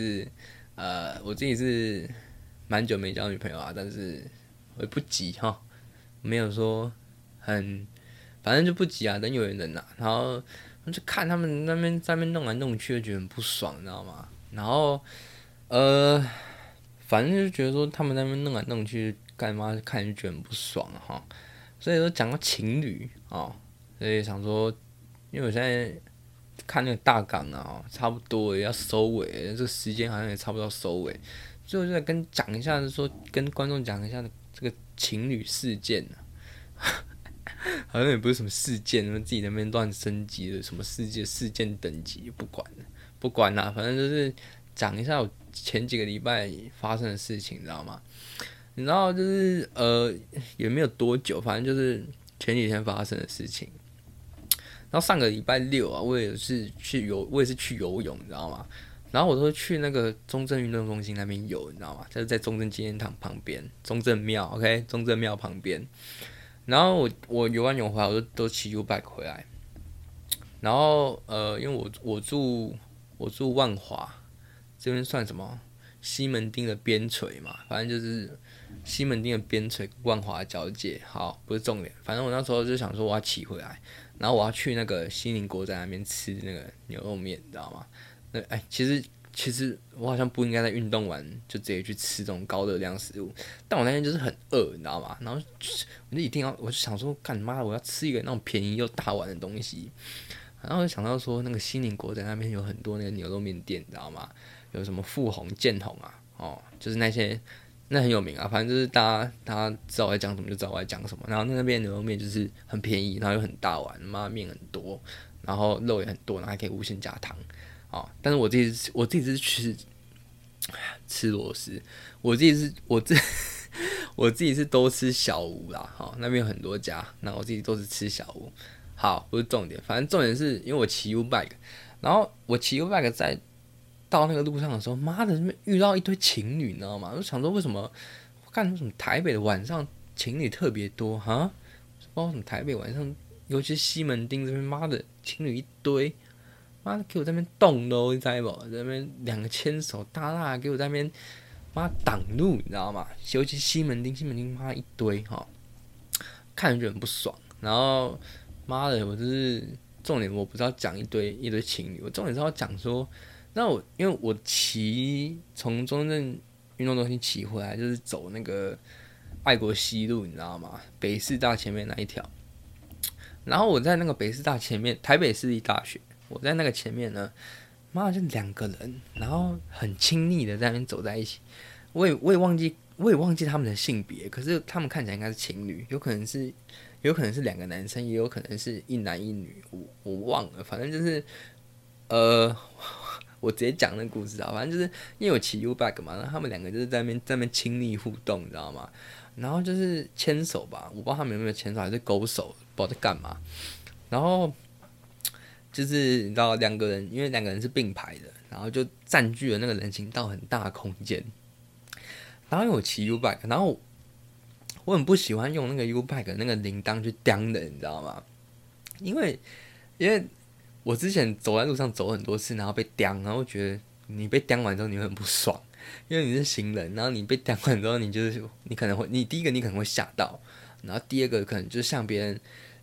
我自己是蛮久没交女朋友啊，但是我也不急哈，没有说很，反正就不急啊，等有缘人呐、然后我就看他们那边在那边弄来弄去，就觉得很不爽，你知道吗？然后呃，反正就觉得说他们那边弄来弄去，干嘛看就觉得很不爽哈。所以说讲到情侣哦，所以想说，因为我现在看那个大纲啊，差不多也要收尾了，这个时间好像也差不多要收尾，所以我就来讲一下，说跟观众讲一下这个情侣事件啊，好像也不是什么事件，他们自己那边乱升级的什么事件等级，不管啦，反正就是讲一下我前几个礼拜发生的事情，你知道吗？你知道就是也没有多久，反正就是前几天发生的事情。然后上个礼拜六啊，我也是去游泳，你知道吗？然后我都会去那个中正运动中心那边游，你知道吗？就是在中正纪念堂旁边，中正庙，OK，中正庙旁边。然后我游完泳回来，我就都骑 U bike 回来。然后因为我住万华这边算什么西门町的边陲嘛，反正就是西门町的边陲万华交界。好，不是重点，反正我那时候就想说我要骑回来，然后我要去那个西宁国仔那边吃那个牛肉面，你知道吗？其实我好像不应该在运动完就直接去吃这种高热量食物，但我那天就是很饿，你知道吗？然后我就一定要，我就想说，干妈的，我要吃一个那种便宜又大碗的东西。然后就想到说，那个西宁国仔那边有很多那个牛肉面店，你知道吗？有什么富宏、建宏啊，哦，就是那些那很有名啊。反正就是大家知道我在讲什么就知道我在讲什么。然后那边牛肉面就是很便宜，然后又很大碗，妈面很多，然后肉也很多，然后还可以无限加汤。哦，但是我自己是吃螺丝，我自己是我自我自己是都吃小屋啦，好、那边有很多家，那我自己都是吃小屋。好，不是重点，反正重点是因为我骑 U bike，然后我骑 U bike 在到那个路上的时候，妈的，遇到一堆情侣，你知道吗？我就想说为什么，我看为什么台北的晚上情侣特别多哈？不知道为什么台北晚上，尤其是西门町这边，妈的情侣一堆，妈的给我在那边动喽，你知道不？在那边两个牵手大大给我在那边妈挡路，你知道吗？尤其西门町妈一堆哈，看着就很不爽。然后妈的，我就是重点，我不是要讲一堆情侣，我重点是要讲说，那因为我从中正运动中心骑回来，就是走那个爱国西路，你知道吗？北师大前面那一条。然后我在那个北师大前面，台北市立大学，我在那个前面呢，妈的就两个人，然后很亲昵的在那边走在一起。我也忘记他们的性别，可是他们看起来应该是情侣，有可能是两个男生，也有可能是一男一女，我忘了，反正就是呃，我直接讲那个故事啊，反正就是因为我骑 U bike 嘛，然后他们两个就是在那边亲密互动，你知道吗？然后就是牵手吧，我不知道他们有没有牵手，还是勾手，不知道在干嘛。然后就是你知道两个人，因为两个人是并排的，然后就占据了那个人行道很大的空间。然后因为我骑 U bike，然后我很不喜欢用那个 U bike 那个铃铛去叼人，你知道吗？因为我之前走在路上走很多次，然后被叼，然后觉得你被叼完之后你会很不爽，因为你是行人，然后你被叼完之后，你第一个你可能会吓到，然后第二个可能就是像别人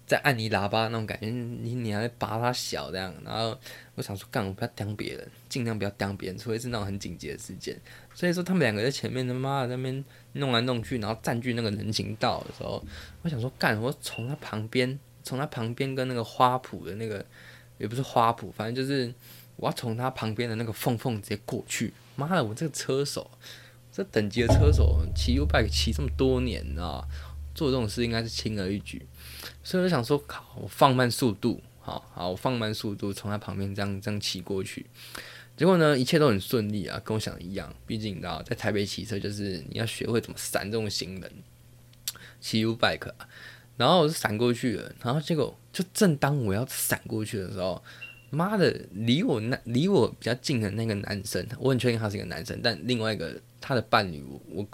在按你喇叭那种感觉，你还在拔他小这样，然后我想说，干我不要刁别人，尽量不要刁别人，除非是那种很紧急的事件。所以说他们两个在前面他妈的在那边弄来弄去，然后占据那个人行道的时候，我想说干，我从他旁边跟那个花圃的那个也不是花圃，反正就是我要从他旁边的那个缝直接过去。妈的，我这个车手，这等级的车手骑 U-bike 骑这么多年啊，做这种事应该是轻而易举。所以我就想说，靠，我放慢速度，好，我放慢速度，从他旁边这样骑过去。结果呢，一切都很顺利啊，跟我想的一样。毕竟你知道，在台北骑车就是你要学会怎么闪这种行人，骑 U-bike 啊。然后我就闪过去了，然后结果就正当我要闪过去的时候，妈的，离我比较近的那个男生，我很确定他是一个男生，但另外一个他的伴侣，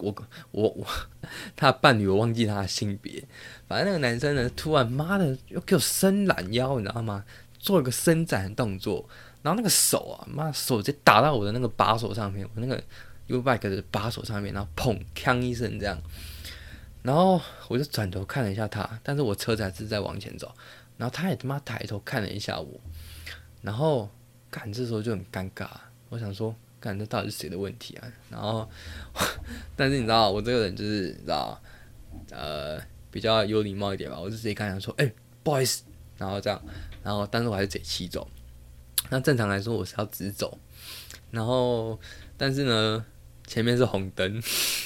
他的伴侣我忘记他的性别，反正那个男生呢，突然妈的又给我伸懒腰，你知道吗？做一个伸展的动作，然后那个手啊，妈手直接打到我的那个把手上面，我那个 U-bike 的把手上面，然后砰，锵一声这样。然后我就转头看了一下他，但是我车子还是在往前走，然后他也他妈抬头看了一下我，然后干这时候就很尴尬，我想说干这到底是谁的问题啊？然后但是你知道我这个人就是你知道比较有礼貌一点吧，我就直接跟他说不好意思，然后这样，然后但是我还是直接骑走。那正常来说我是要直走，然后但是呢前面是红灯。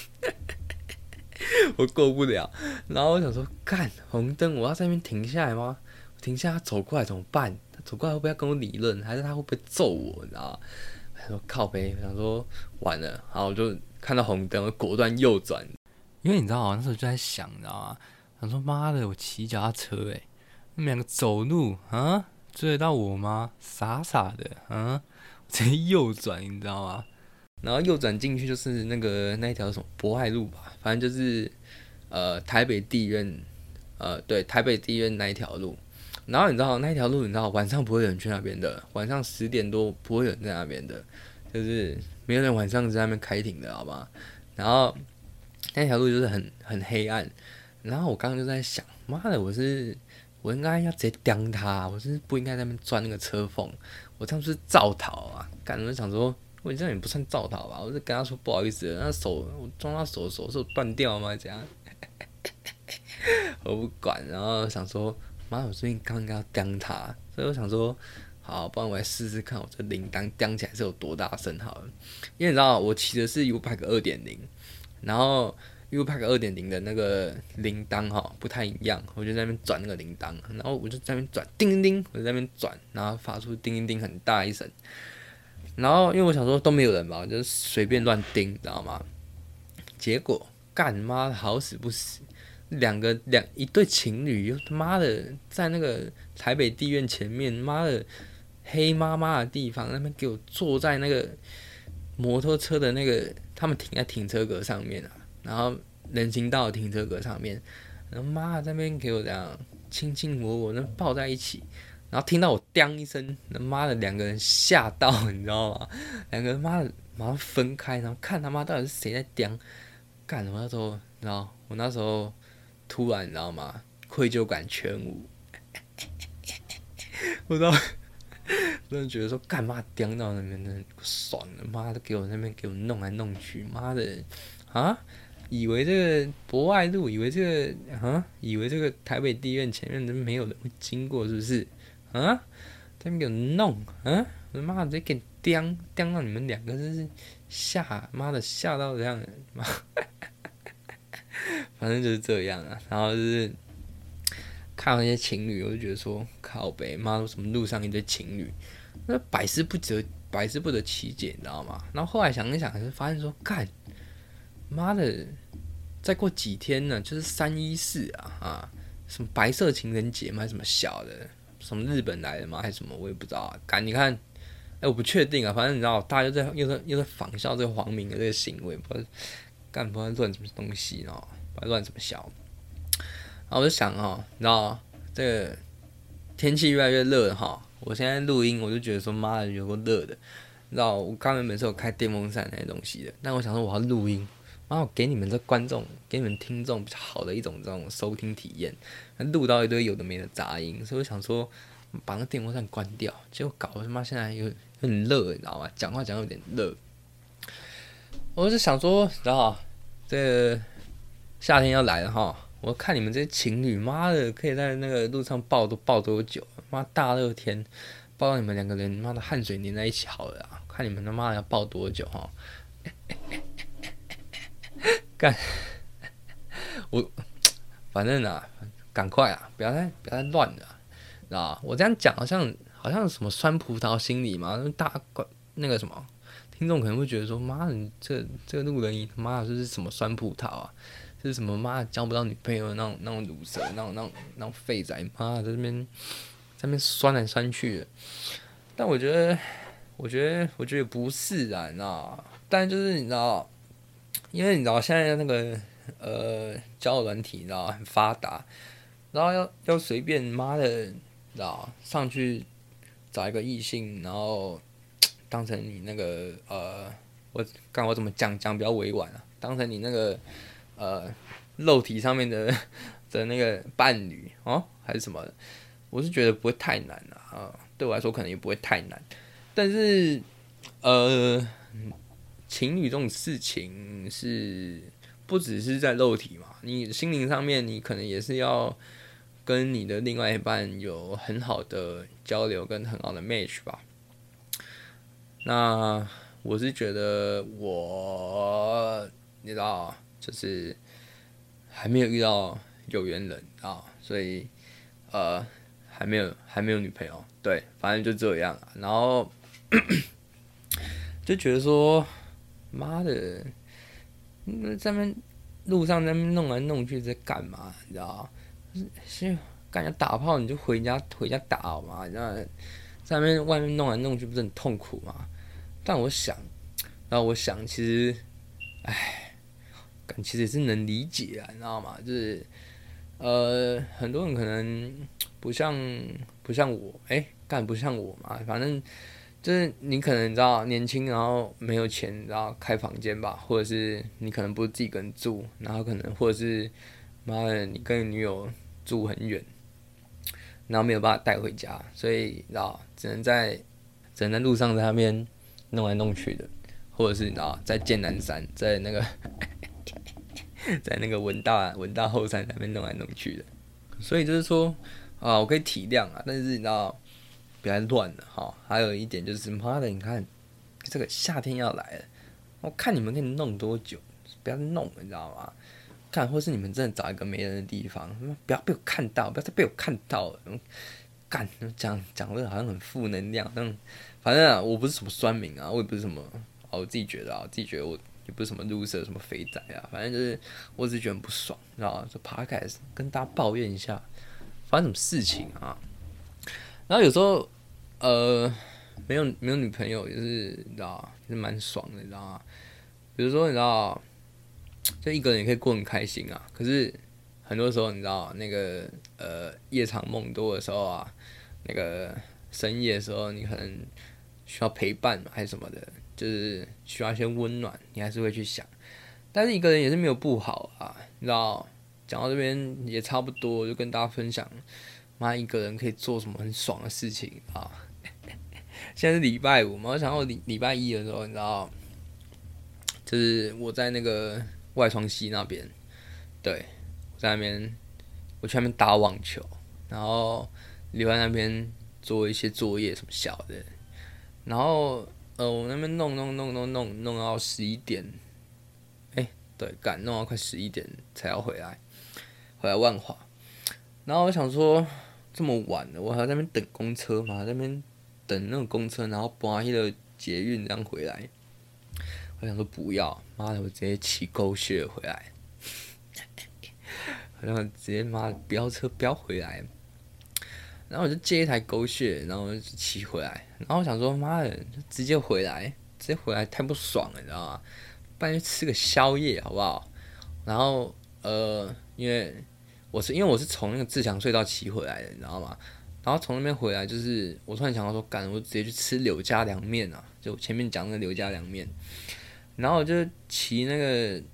我过不了，然后我想说，干红灯，我要在那边停下来吗？停下他走过来怎么办？他走过来会不会要跟我理论，还是他会不会揍我？你知道吗？他说靠北，我想说完了，然后我就看到红灯，我果断右转，因为你知道，我那时候就在想，你知道吗？想说妈的，我骑脚踏车你们两个走路啊，追得到我吗？傻傻的啊，直接右转，你知道吗？然后右转进去就是那一条什么博爱路吧，反正就是台北地院，对，台北地院那一条路。然后你知道那一条路，你知道晚上不会有人去那边的，晚上10点多不会有人在那边的，就是没有人晚上在那边开庭的，好吧？然后那条路就是很黑暗。然后我刚刚就在想，妈的，我应该要直接刁他，我是不应该在那边钻那个车缝，我这样是造逃啊！干，我就想说。我这样也不算造逃吧，我就跟他说不好意思，那我撞到手是断掉吗？这样，我不管，然后想说，妈，我最近刚刚要刁他，所以我想说，好，不然我来试试看，我这铃铛刁起来是有多大声好了。因为你知道，我骑的是 U-bike 2.0，然后 U-bike 2.0的那个铃铛不太一样，我就在那边转那个铃铛，然后我就在那边转，叮叮叮，我就在那边转，然后发出叮叮叮很大一声。然后因为我想说都没有人吧，我就随便乱叮，知道吗？结果干妈好死不死，一对情侣又他妈的在那个台北地院前面，妈的黑麻麻的地方，那边给我坐在那个摩托车的那个他们停在停车格上面啊，然后人行道的停车格上面，然后妈的在那边给我这样卿卿我我，那抱在一起。然后听到我“叮”一声，他妈的两个人吓到，你知道吗？两个人妈的马上分开，然后看他妈到底是谁在叮。干！我那时候，你知道，我那时候突然，你知道吗？愧疚感全无。我知道，真的觉得说，干嘛叮到那边的爽的，妈的给我那边给我弄来弄去，妈的啊！以为这个博爱路，以为这个台北地院前面都没有人会经过，是不是？啊，在那边给我弄啊！我他妈直接给刁到你们两个，真是妈的吓到这样，妈，反正就是这样啊。然后就是看到那些情侣，我就觉得说靠北，妈，什么路上一堆情侣，那百思不得其解，你知道吗？然后后来想一想，就发现说，干妈的，再过几天呢，就是314啊，什么白色情人节吗？还是什么小的？什么日本来的吗？还是什么？我也不知道啊。你看，我不确定啊。反正你知道，大家又在仿效这个黄明的这个行为，不知道乱什么东西哦，不知道乱什么笑。然后我就想你知道这个天气越来越热了我现在录音，我就觉得说妈的有够热的。你知道我刚原本是有开电风扇那些东西的，但我想说我要录音， 妈，我给你们这观众，给你们听众比较好的一种这种收听体验，录到一堆有的没的杂音，所以我想说把那电风扇关掉，结果搞得他妈现在有点热，你知道吗？讲话有点热，我就想说，你知道这个夏天要来了哈，我看你们这些情侣，妈的，可以在那个路上抱多久？妈大热天，抱到你们两个人，妈的汗水黏在一起好了啊！看你们他妈的要抱多久哈？干，我反正啊，赶快啊，不要再乱了啊！我这样讲好像什么酸葡萄心理嘛，大那个什么听众可能会觉得说，妈的，这个路人，你他妈的这是什么酸葡萄啊？这是什么妈的交不到女朋友的那种乳蛇，那种废仔，妈的在那边酸来酸去的。但我觉得不是啊，你知道？但就是你知道，因为你知道现在那个交友软体你知道很发达，然后要随便妈的，你知道上去找一个异性，然后当成你那个我怎么讲比较委婉啊，当成你那个肉体上面的那个伴侣哦，还是什么的，我是觉得不会太难对我来说可能也不会太难，但是情侣这种事情是不只是在肉体嘛，你心灵上面你可能也是要跟你的另外一半有很好的交流跟很好的 match 吧。那我是觉得你知道，就是还没有遇到有缘人啊，所以还没有女朋友，对，反正就这样啊。然后就觉得说，妈的，在那边路上在那边弄来弄去在干嘛？你知道？是干人家打炮你就回家打好吗？那在那边外面弄来弄去不是很痛苦吗？但我想其实，唉，其实也是能理解啊，你知道吗？就是很多人可能不像我，不像我嘛，反正就是你可能你知道年轻，然后没有钱，然后开房间吧，或者是你可能不是自己一个人住，然后可能或者是妈的你跟女友住很远，然后没有办法带回家，所以你知道只能在路上在那边弄来弄去的，或者是你知道在剑南山，在那个在那个文大后山那边弄来弄去的，所以就是说我可以体谅啊，但是你知道不要乱了哈。还有一点就是妈的，你看这个夏天要来了，我看你们可以弄多久，不要弄了，你知道吗？看，或是你们真的找一个没人的地方，不要被我看到，不要再被我看到了。干，讲这个好像很负能量，反正我不是什么酸民啊，我也不是什么我自己觉得我也不是什么 loser 什么肥仔啊，反正就是我只是觉得很不爽，你知道吗？就 podcast 跟大家抱怨一下，发生什么事情啊？然后有时候没有女朋友，就是你知道，就是蛮爽的，你知道吗？比如说你知道。就一个人也可以过很开心啊。可是很多时候，你知道那个夜长梦多的时候啊，那个深夜的时候，你可能需要陪伴还是什么的，就是需要一些温暖，你还是会去想。但是一个人也是没有不好啊，你知道？讲到这边也差不多，就跟大家分享，妈一个人可以做什么很爽的事情啊！现在是礼拜五嘛，我想到礼拜一的时候，你知道，就是我在那个外双溪那边，对，我在那边，我去那边打网球，然后留在那边做一些作业什么小的，然后我那边弄到11点，对，弄到快11点才要回来万华，然后我想说这么晚了，我还在那边等公车嘛，在那边等那种公车，然后搬一个捷运这样回来，我想说不要，妈的，我直接骑狗血回来。然后直接妈的飙车飙回来，然后我就借一台狗血，然后我就骑回来，然后我想说妈的，直接回来太不爽了，你知道吗？不然就吃个宵夜好不好？然后因为我是从那个自强隧道骑回来的，你知道吗？然后从那边回来，就是我突然想到说，我直接去吃柳家凉面啊！就我前面讲那个柳家凉面，然后我就骑那个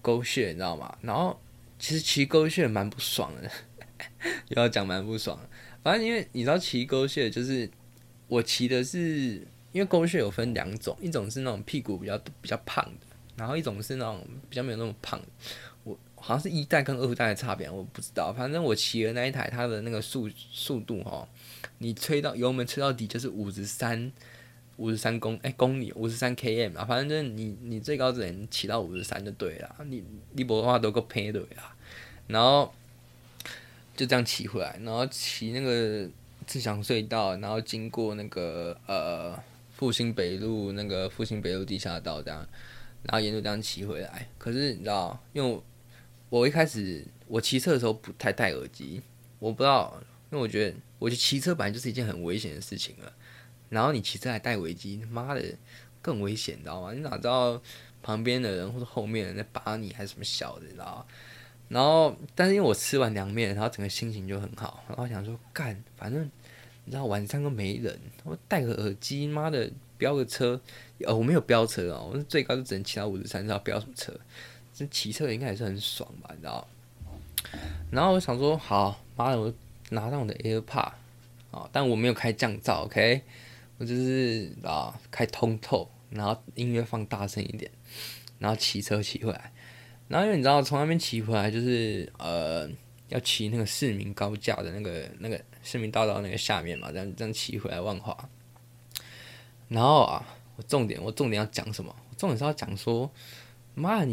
狗血，你知道吗？然后其实骑狗血蛮不爽的，又要讲蛮不爽的。反正因为你知道骑狗血就是我骑的是，因为狗血有分两种，一种是那种屁股比较胖的，然后一种是那种比较没有那么胖的。我好像是一代跟二代的差别，我不知道。反正我骑的那一台，它的那个速度哦，你油门吹到底就是53公里53 km 啊，反正就是你最高只能骑到53就对了，你不的话都够偏对啦。然后就这样骑回来，然后骑那个自强隧道，然后经过那个复兴北路地下道这样，然后沿路这样骑回来。可是你知道，因为我一开始我骑车的时候不太戴耳机，我不知道，因为我觉得骑车本来就是一件很危险的事情了。然后你骑车还戴耳机，妈的更危险，你知道吗？你哪知道旁边的人或者后面的人在把你还是什么小的，你知道吗？然后，但是因为我吃完凉面，然后整个心情就很好，然后想说干，反正你知道晚上都没人，我戴个耳机，妈的飙个车，我没有飙车哦，我是最高就只能骑到53，知道飙什么车？这骑车应该也是很爽吧，你知道？然后我想说，好，妈的，我拿上我的 AirPod 啊，但我没有开降噪 ，OK， 我就是开通透，然后音乐放大声一点，然后骑车骑回来。然后因为你知道从那边骑回来就是要骑那个市民高架的那个市民大道那个下面嘛，这样骑回来万华。然后我重点要讲什么？我重点是要讲说，妈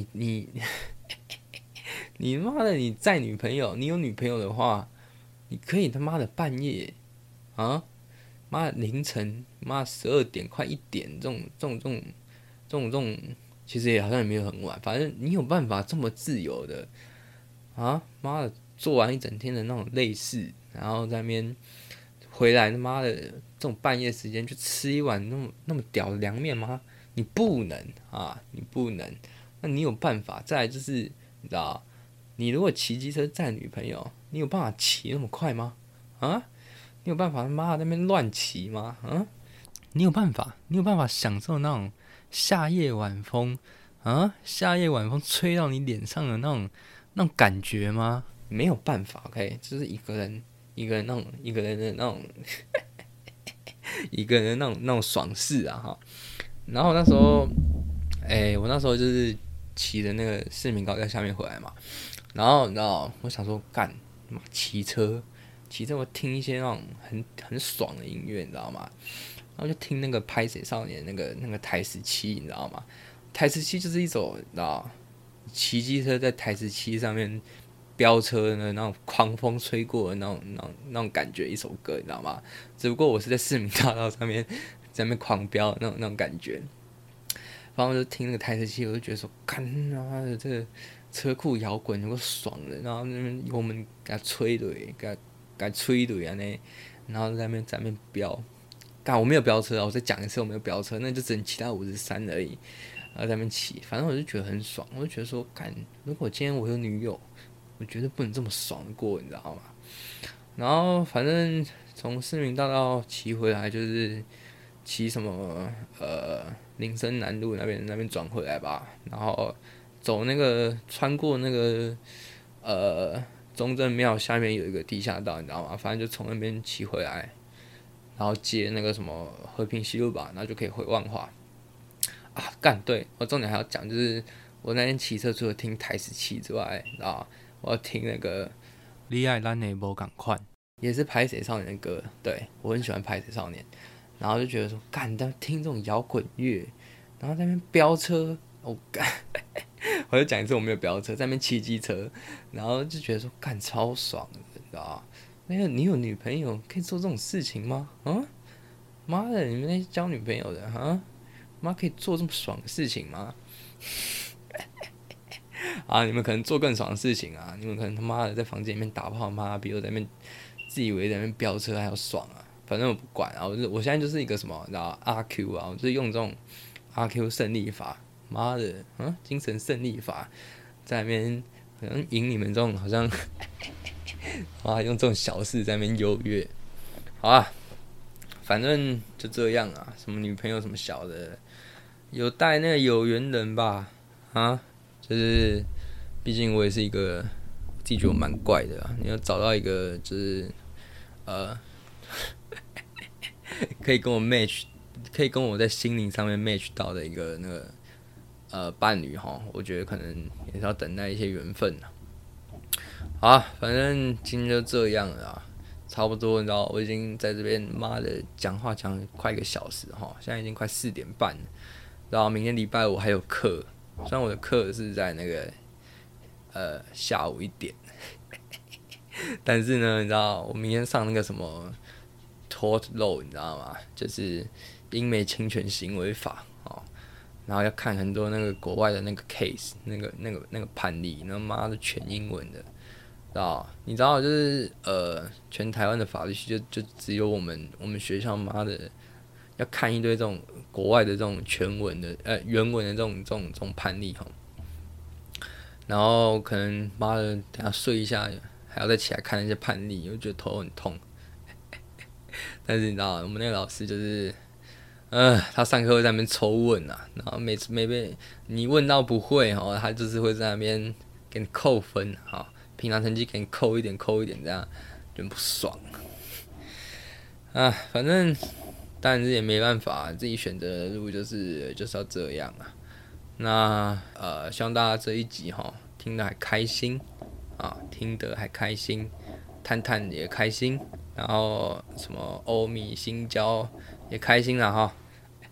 你妈的你载女朋友，你有女朋友的话，你可以他妈的半夜啊，妈凌晨妈12点快1点这种，其实也好像也没有很晚，反正你有办法这么自由的妈的做完一整天的那种累事，然后在那边回来他妈的这种半夜时间去吃一碗那么屌的凉面吗？你不能你不能。那你有办法？再来就是你知道，你如果骑机车载女朋友，你有办法骑那么快吗？你有办法他妈的那边乱骑吗？你有办法享受那种夏夜晚风夏夜晚风吹到你脸上的那种感觉吗？没有办法 ，OK， 就是一个人的那种一个人的那种爽事哈。然后那时候，我那时候就是骑着那个市民高架下面回来嘛，然后你知道，我想说干嘛骑车我听一些那种很爽的音乐，你知道吗？然后就听那个拍水少年那个台17，你知道吗？台17就是一首你知道，骑机车在台17上面飙车的那种狂风吹过的那种感觉一首歌，你知道吗？只不过我是在市民大道上面在那边狂飙那种感觉。然后我就听那个台17，我就觉得说，干妈的这个车库摇滚有个爽的，然后那边油门给它吹的，给它吹的啊那，然后在那边飙。干，我没有飙车啊！我再讲一次，我没有飙车，那就只能骑到53而已。然后在那边骑，反正我就觉得很爽。我就觉得说，干，如果今天我有女友，我绝对不能这么爽过，你知道吗？然后反正从市民大道骑回来，就是骑什么林森南路那边转回来吧，然后走那个穿过那个中正庙下面有一个地下道，你知道吗？反正就从那边骑回来。然后接那个什么和平西路吧，然后就可以回万华干，对我重点还要讲，就是我那天骑车除了听台17之外，我要听那个你爱咱的无同款，也是拍谁少年的歌，对我很喜欢拍谁少年，然后就觉得说干，但听这种摇滚乐，然后在那边飙车，干，我就讲一次我没有飙车，在那边骑机车，然后就觉得说干超爽的，你知道吗？那个你有女朋友可以做这种事情吗？妈的，你们那些交女朋友的妈可以做这么爽的事情吗？你们可能做更爽的事情啊！你们可能他妈的在房间里面打炮，妈比我在那边自以为在那边飙车还要爽啊！反正我不管啊，我现在就是一个什么，然后阿 Q 我就是用这种阿 Q 胜利法，妈的，精神胜利法，在那边好像赢你们这种好像。用这种小事在那边优越，好啊，反正就这样啊。什么女朋友什么小的，有带那个有缘人吧，就是毕竟我也是一个自己觉得我蛮怪的啊。你要找到一个就是可以跟我 match， 可以跟我在心灵上面 match 到的一个那个伴侣哈，我觉得可能也是要等待一些缘分啊。好啊，反正今天就这样了啊，差不多，你知道我已经在这边妈的讲话讲了快1个小时哈，现在已经快4点半了，然后明天礼拜五还有课，虽然我的课是在那个下午1点，但是呢，你知道我明天上那个什么 tort law， 你知道吗？就是英美侵权行为法哦，然后要看很多那个国外的那个 case， 那个判例，那妈的全英文的。你知道，就是全台湾的法律系就只有我们学校妈的要看一堆这种国外的这种全文的原文的这种判例哈，然后可能妈的等下睡一下，还要再起来看那些判例，我觉得头很痛。但是你知道，我们那个老师就是，他上课会在那边抽问啊，然后每次被你问到不会哦，他就是会在那边给你扣分哈。平常成绩给你扣一点，这样就不爽啊。反正当然是也没办法，自己选择的路就是要这样啊。那希望大家这一集听得还开心啊，听得还开心，探也开心，然后什么欧米星交也开心了哈。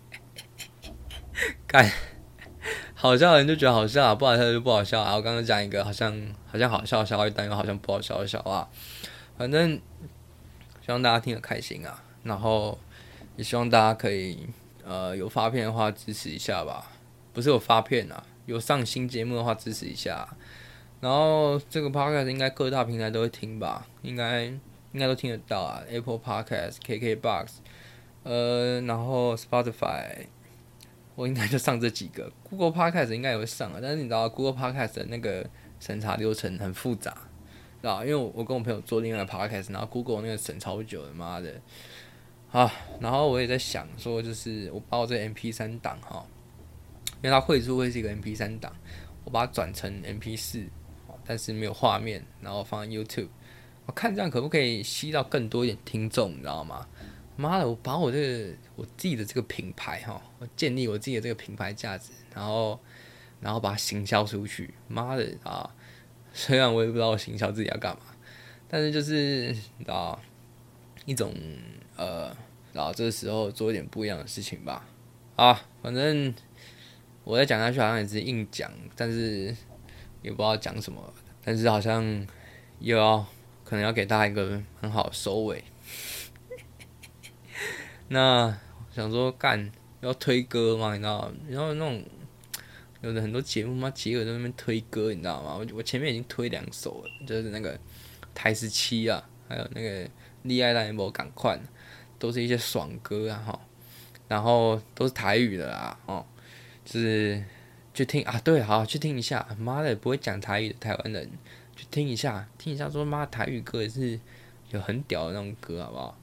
干。好笑的人就觉得好笑啊，不好笑的就不好笑啊。我刚刚讲一个好像好笑的笑话，但又好像不好笑的笑话，反正希望大家听得开心啊。然后也希望大家可以有发片的话支持一下吧，不是有发片啊，有上新节目的话支持一下。然后这个 podcast 应该各大平台都会听吧，应该都听得到啊 ，Apple Podcast、KKBox，然后 Spotify。我应该就上这几个 ，Google Podcast 应该也会上啊，但是你知道 Google Podcast 的那个审查流程很复杂，知道？因为我跟我朋友做另外一个 Podcast， 然后 Google 那个审超久的，妈的啊！然后我也在想说，就是我把我这 MP3 档哈，因为它汇出会是一个 MP3 档，我把它转成 MP4，但是没有画面，然后放在 YouTube， 我看这样可不可以吸到更多一点听众，你知道吗？妈的！我把我自己的这个品牌我建立我自己的这个品牌价值，然后把它行销出去。妈的啊！虽然我也不知道我行销自己要干嘛，但是就是你知道一种然后这个时候做一点不一样的事情吧。啊，反正我再讲下去好像也是硬讲，但是也不知道讲什么，但是好像可能要给大家一个很好的收尾。那想说干要推歌嘛，你知道？然后那种有的很多节目嘛，结合在那边推歌，你知道吗？我前面已经推2首了，就是那个台17啊，还有那个厉害大波赶快，都是一些爽歌啊然后都是台语的啦就是去听啊，对，好去听一下，妈的不会讲台语的台湾人去听一下，说妈台语歌也是有很屌的那种歌，好不好？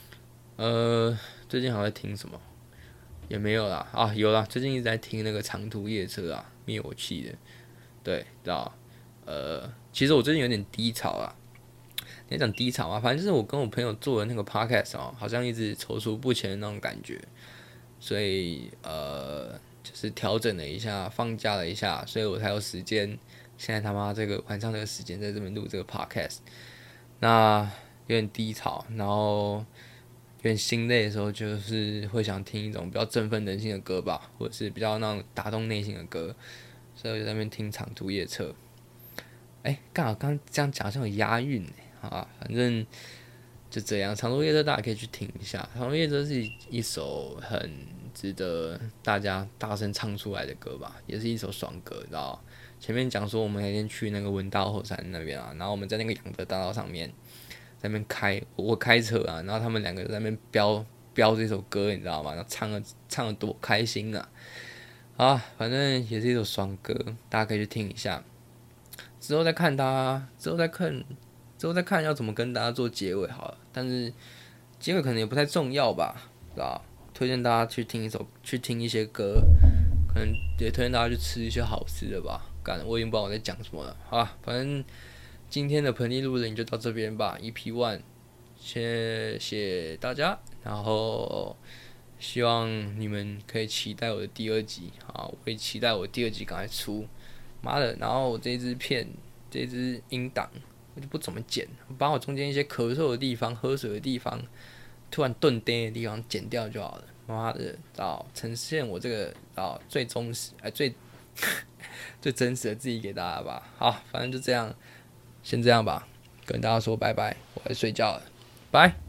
最近还在听什么？也没有啦啊，有啦，最近一直在听那个长途夜车啊，灭火器的，对，知道？其实我最近有点低潮啊，你讲低潮啊，反正就是我跟我朋友做的那个 podcast 好像一直踌躇不前的那种感觉，所以就是调整了一下，放假了一下，所以我才有时间，现在他妈这个晚上这个时间在这边录这个 podcast， 那有点低潮，然后有点心累的时候，就是会想听一种比较振奋人心的歌吧，或者是比较那种打动内心的歌，所以我就在那边听长途夜车。刚好刚这样讲好像有押韵啊，反正就这样。长途夜车大家可以去听一下，长途夜车是一首很值得大家大声唱出来的歌吧，也是一首爽歌，知道？前面讲说我们那天去那个文大后山那边啊，然后我们在那个养德大道上面。在那边开，我开车啊，然后他们2个在那边飙这首歌，你知道吗？然后唱得多开心啊！反正也是一首爽歌，大家可以去听一下。之后再看要怎么跟大家做结尾好了。但是结尾可能也不太重要吧，对吧？推荐大家去听一些歌，可能也推荐大家去吃一些好吃的吧。 干，我已经不知道我在讲什么了。好啦，反正今天的盆地路人就到这边吧，EP1，谢谢大家，然后希望你们可以期待我的第二集啊，我会期待我第二集赶快出。妈的，然后我这支片，这支音档，我就不怎么剪，把我中间一些咳嗽的地方、喝水的地方、突然顿呆的地方剪掉就好了。妈的，呈现我这个最忠实、最最真实的自己给大家吧。好，反正就这样，先这样吧，跟大家说拜拜，我要睡觉了，拜。